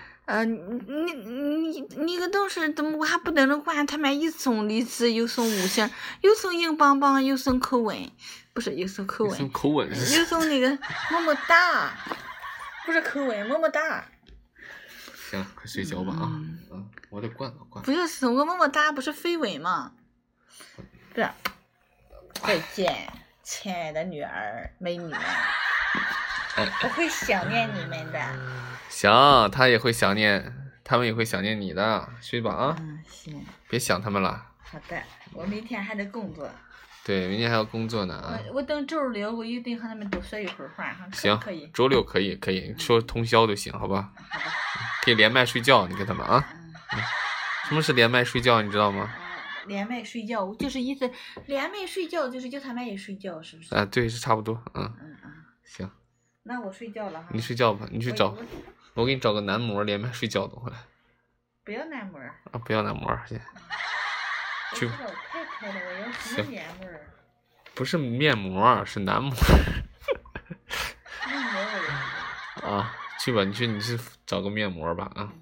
你个东西怎么我还不能管他们？一送荔枝，又送5星，又送硬邦邦，又送口吻，不是又送口吻，又送那个么么哒，不是口吻，么么哒。 行，快睡觉吧啊！我得关了。 不是送个么么哒，不是飞吻吗？不是。再见，亲爱的女儿，美女们，我会想念你们的。 行，他也会想念，他们也会想念你的，睡吧啊。 行。别想他们了。 好的，我明天还得工作。 对，明天还要工作呢啊。 我等周6，我一定和他们多说一会儿话哈。 行， 可以。 周6可以，说通宵就行，好吧？ 好的。 可以连麦睡觉，你跟他们啊。什么是连麦睡觉，你知道吗？ 连麦睡觉就是意思，连麦睡觉就是叫他们也睡觉，是不是？ 对，是差不多。行。 那我睡觉了哈。 你睡觉吧，你去找。我给你找个男模连麦睡觉，等会。 不要男模。 不要男模，行。去。 太开了，我要什么面膜？ 不是面膜，是男模。 面膜去吧，你去找个面膜吧啊。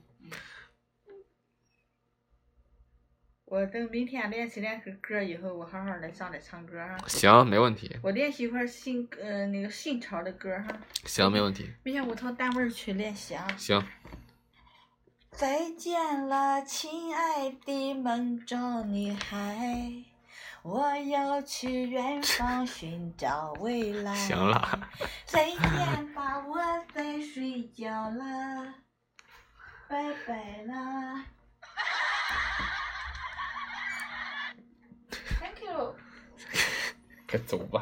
我等明天练习歌以后，我好好的上来唱歌哈。 行，没问题。 我练习一会儿那个新潮的歌哈。 行，没问题。 明天我到单位去练习啊。 行。 再见了，亲爱的梦中女孩，我要去远方寻找未来。 行了。 再见吧，我在睡觉了，拜拜了。Thank you。 该走吧，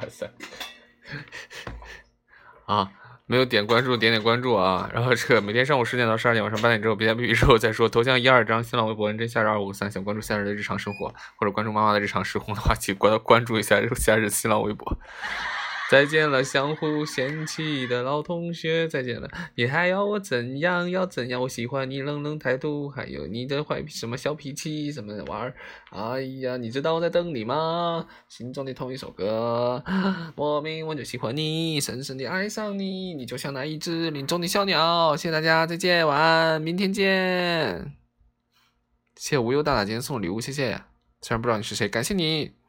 没有点关注，点关注啊！然后这个每天上午10点到12点，晚上8点之后，别见不许之后再说。头像1、2张，新浪微博认真夏日2553，想关注夏日的日常生活或者关注妈妈的日常时空的话，请关注一下夏日新浪微博。再见了，相互嫌弃的老同学，再见了。你还要我怎样？要怎样？我喜欢你冷冷态度，还有你的什么小脾气，什么玩意儿？哎呀，你知道我在等你吗？心中的同一首歌，莫名我就喜欢你，深深地爱上你，你就像那一只林中的小鸟。谢谢大家，再见，晚安，明天见。谢谢无忧大大今天送礼物，谢谢。虽然不知道你是谁，感谢你。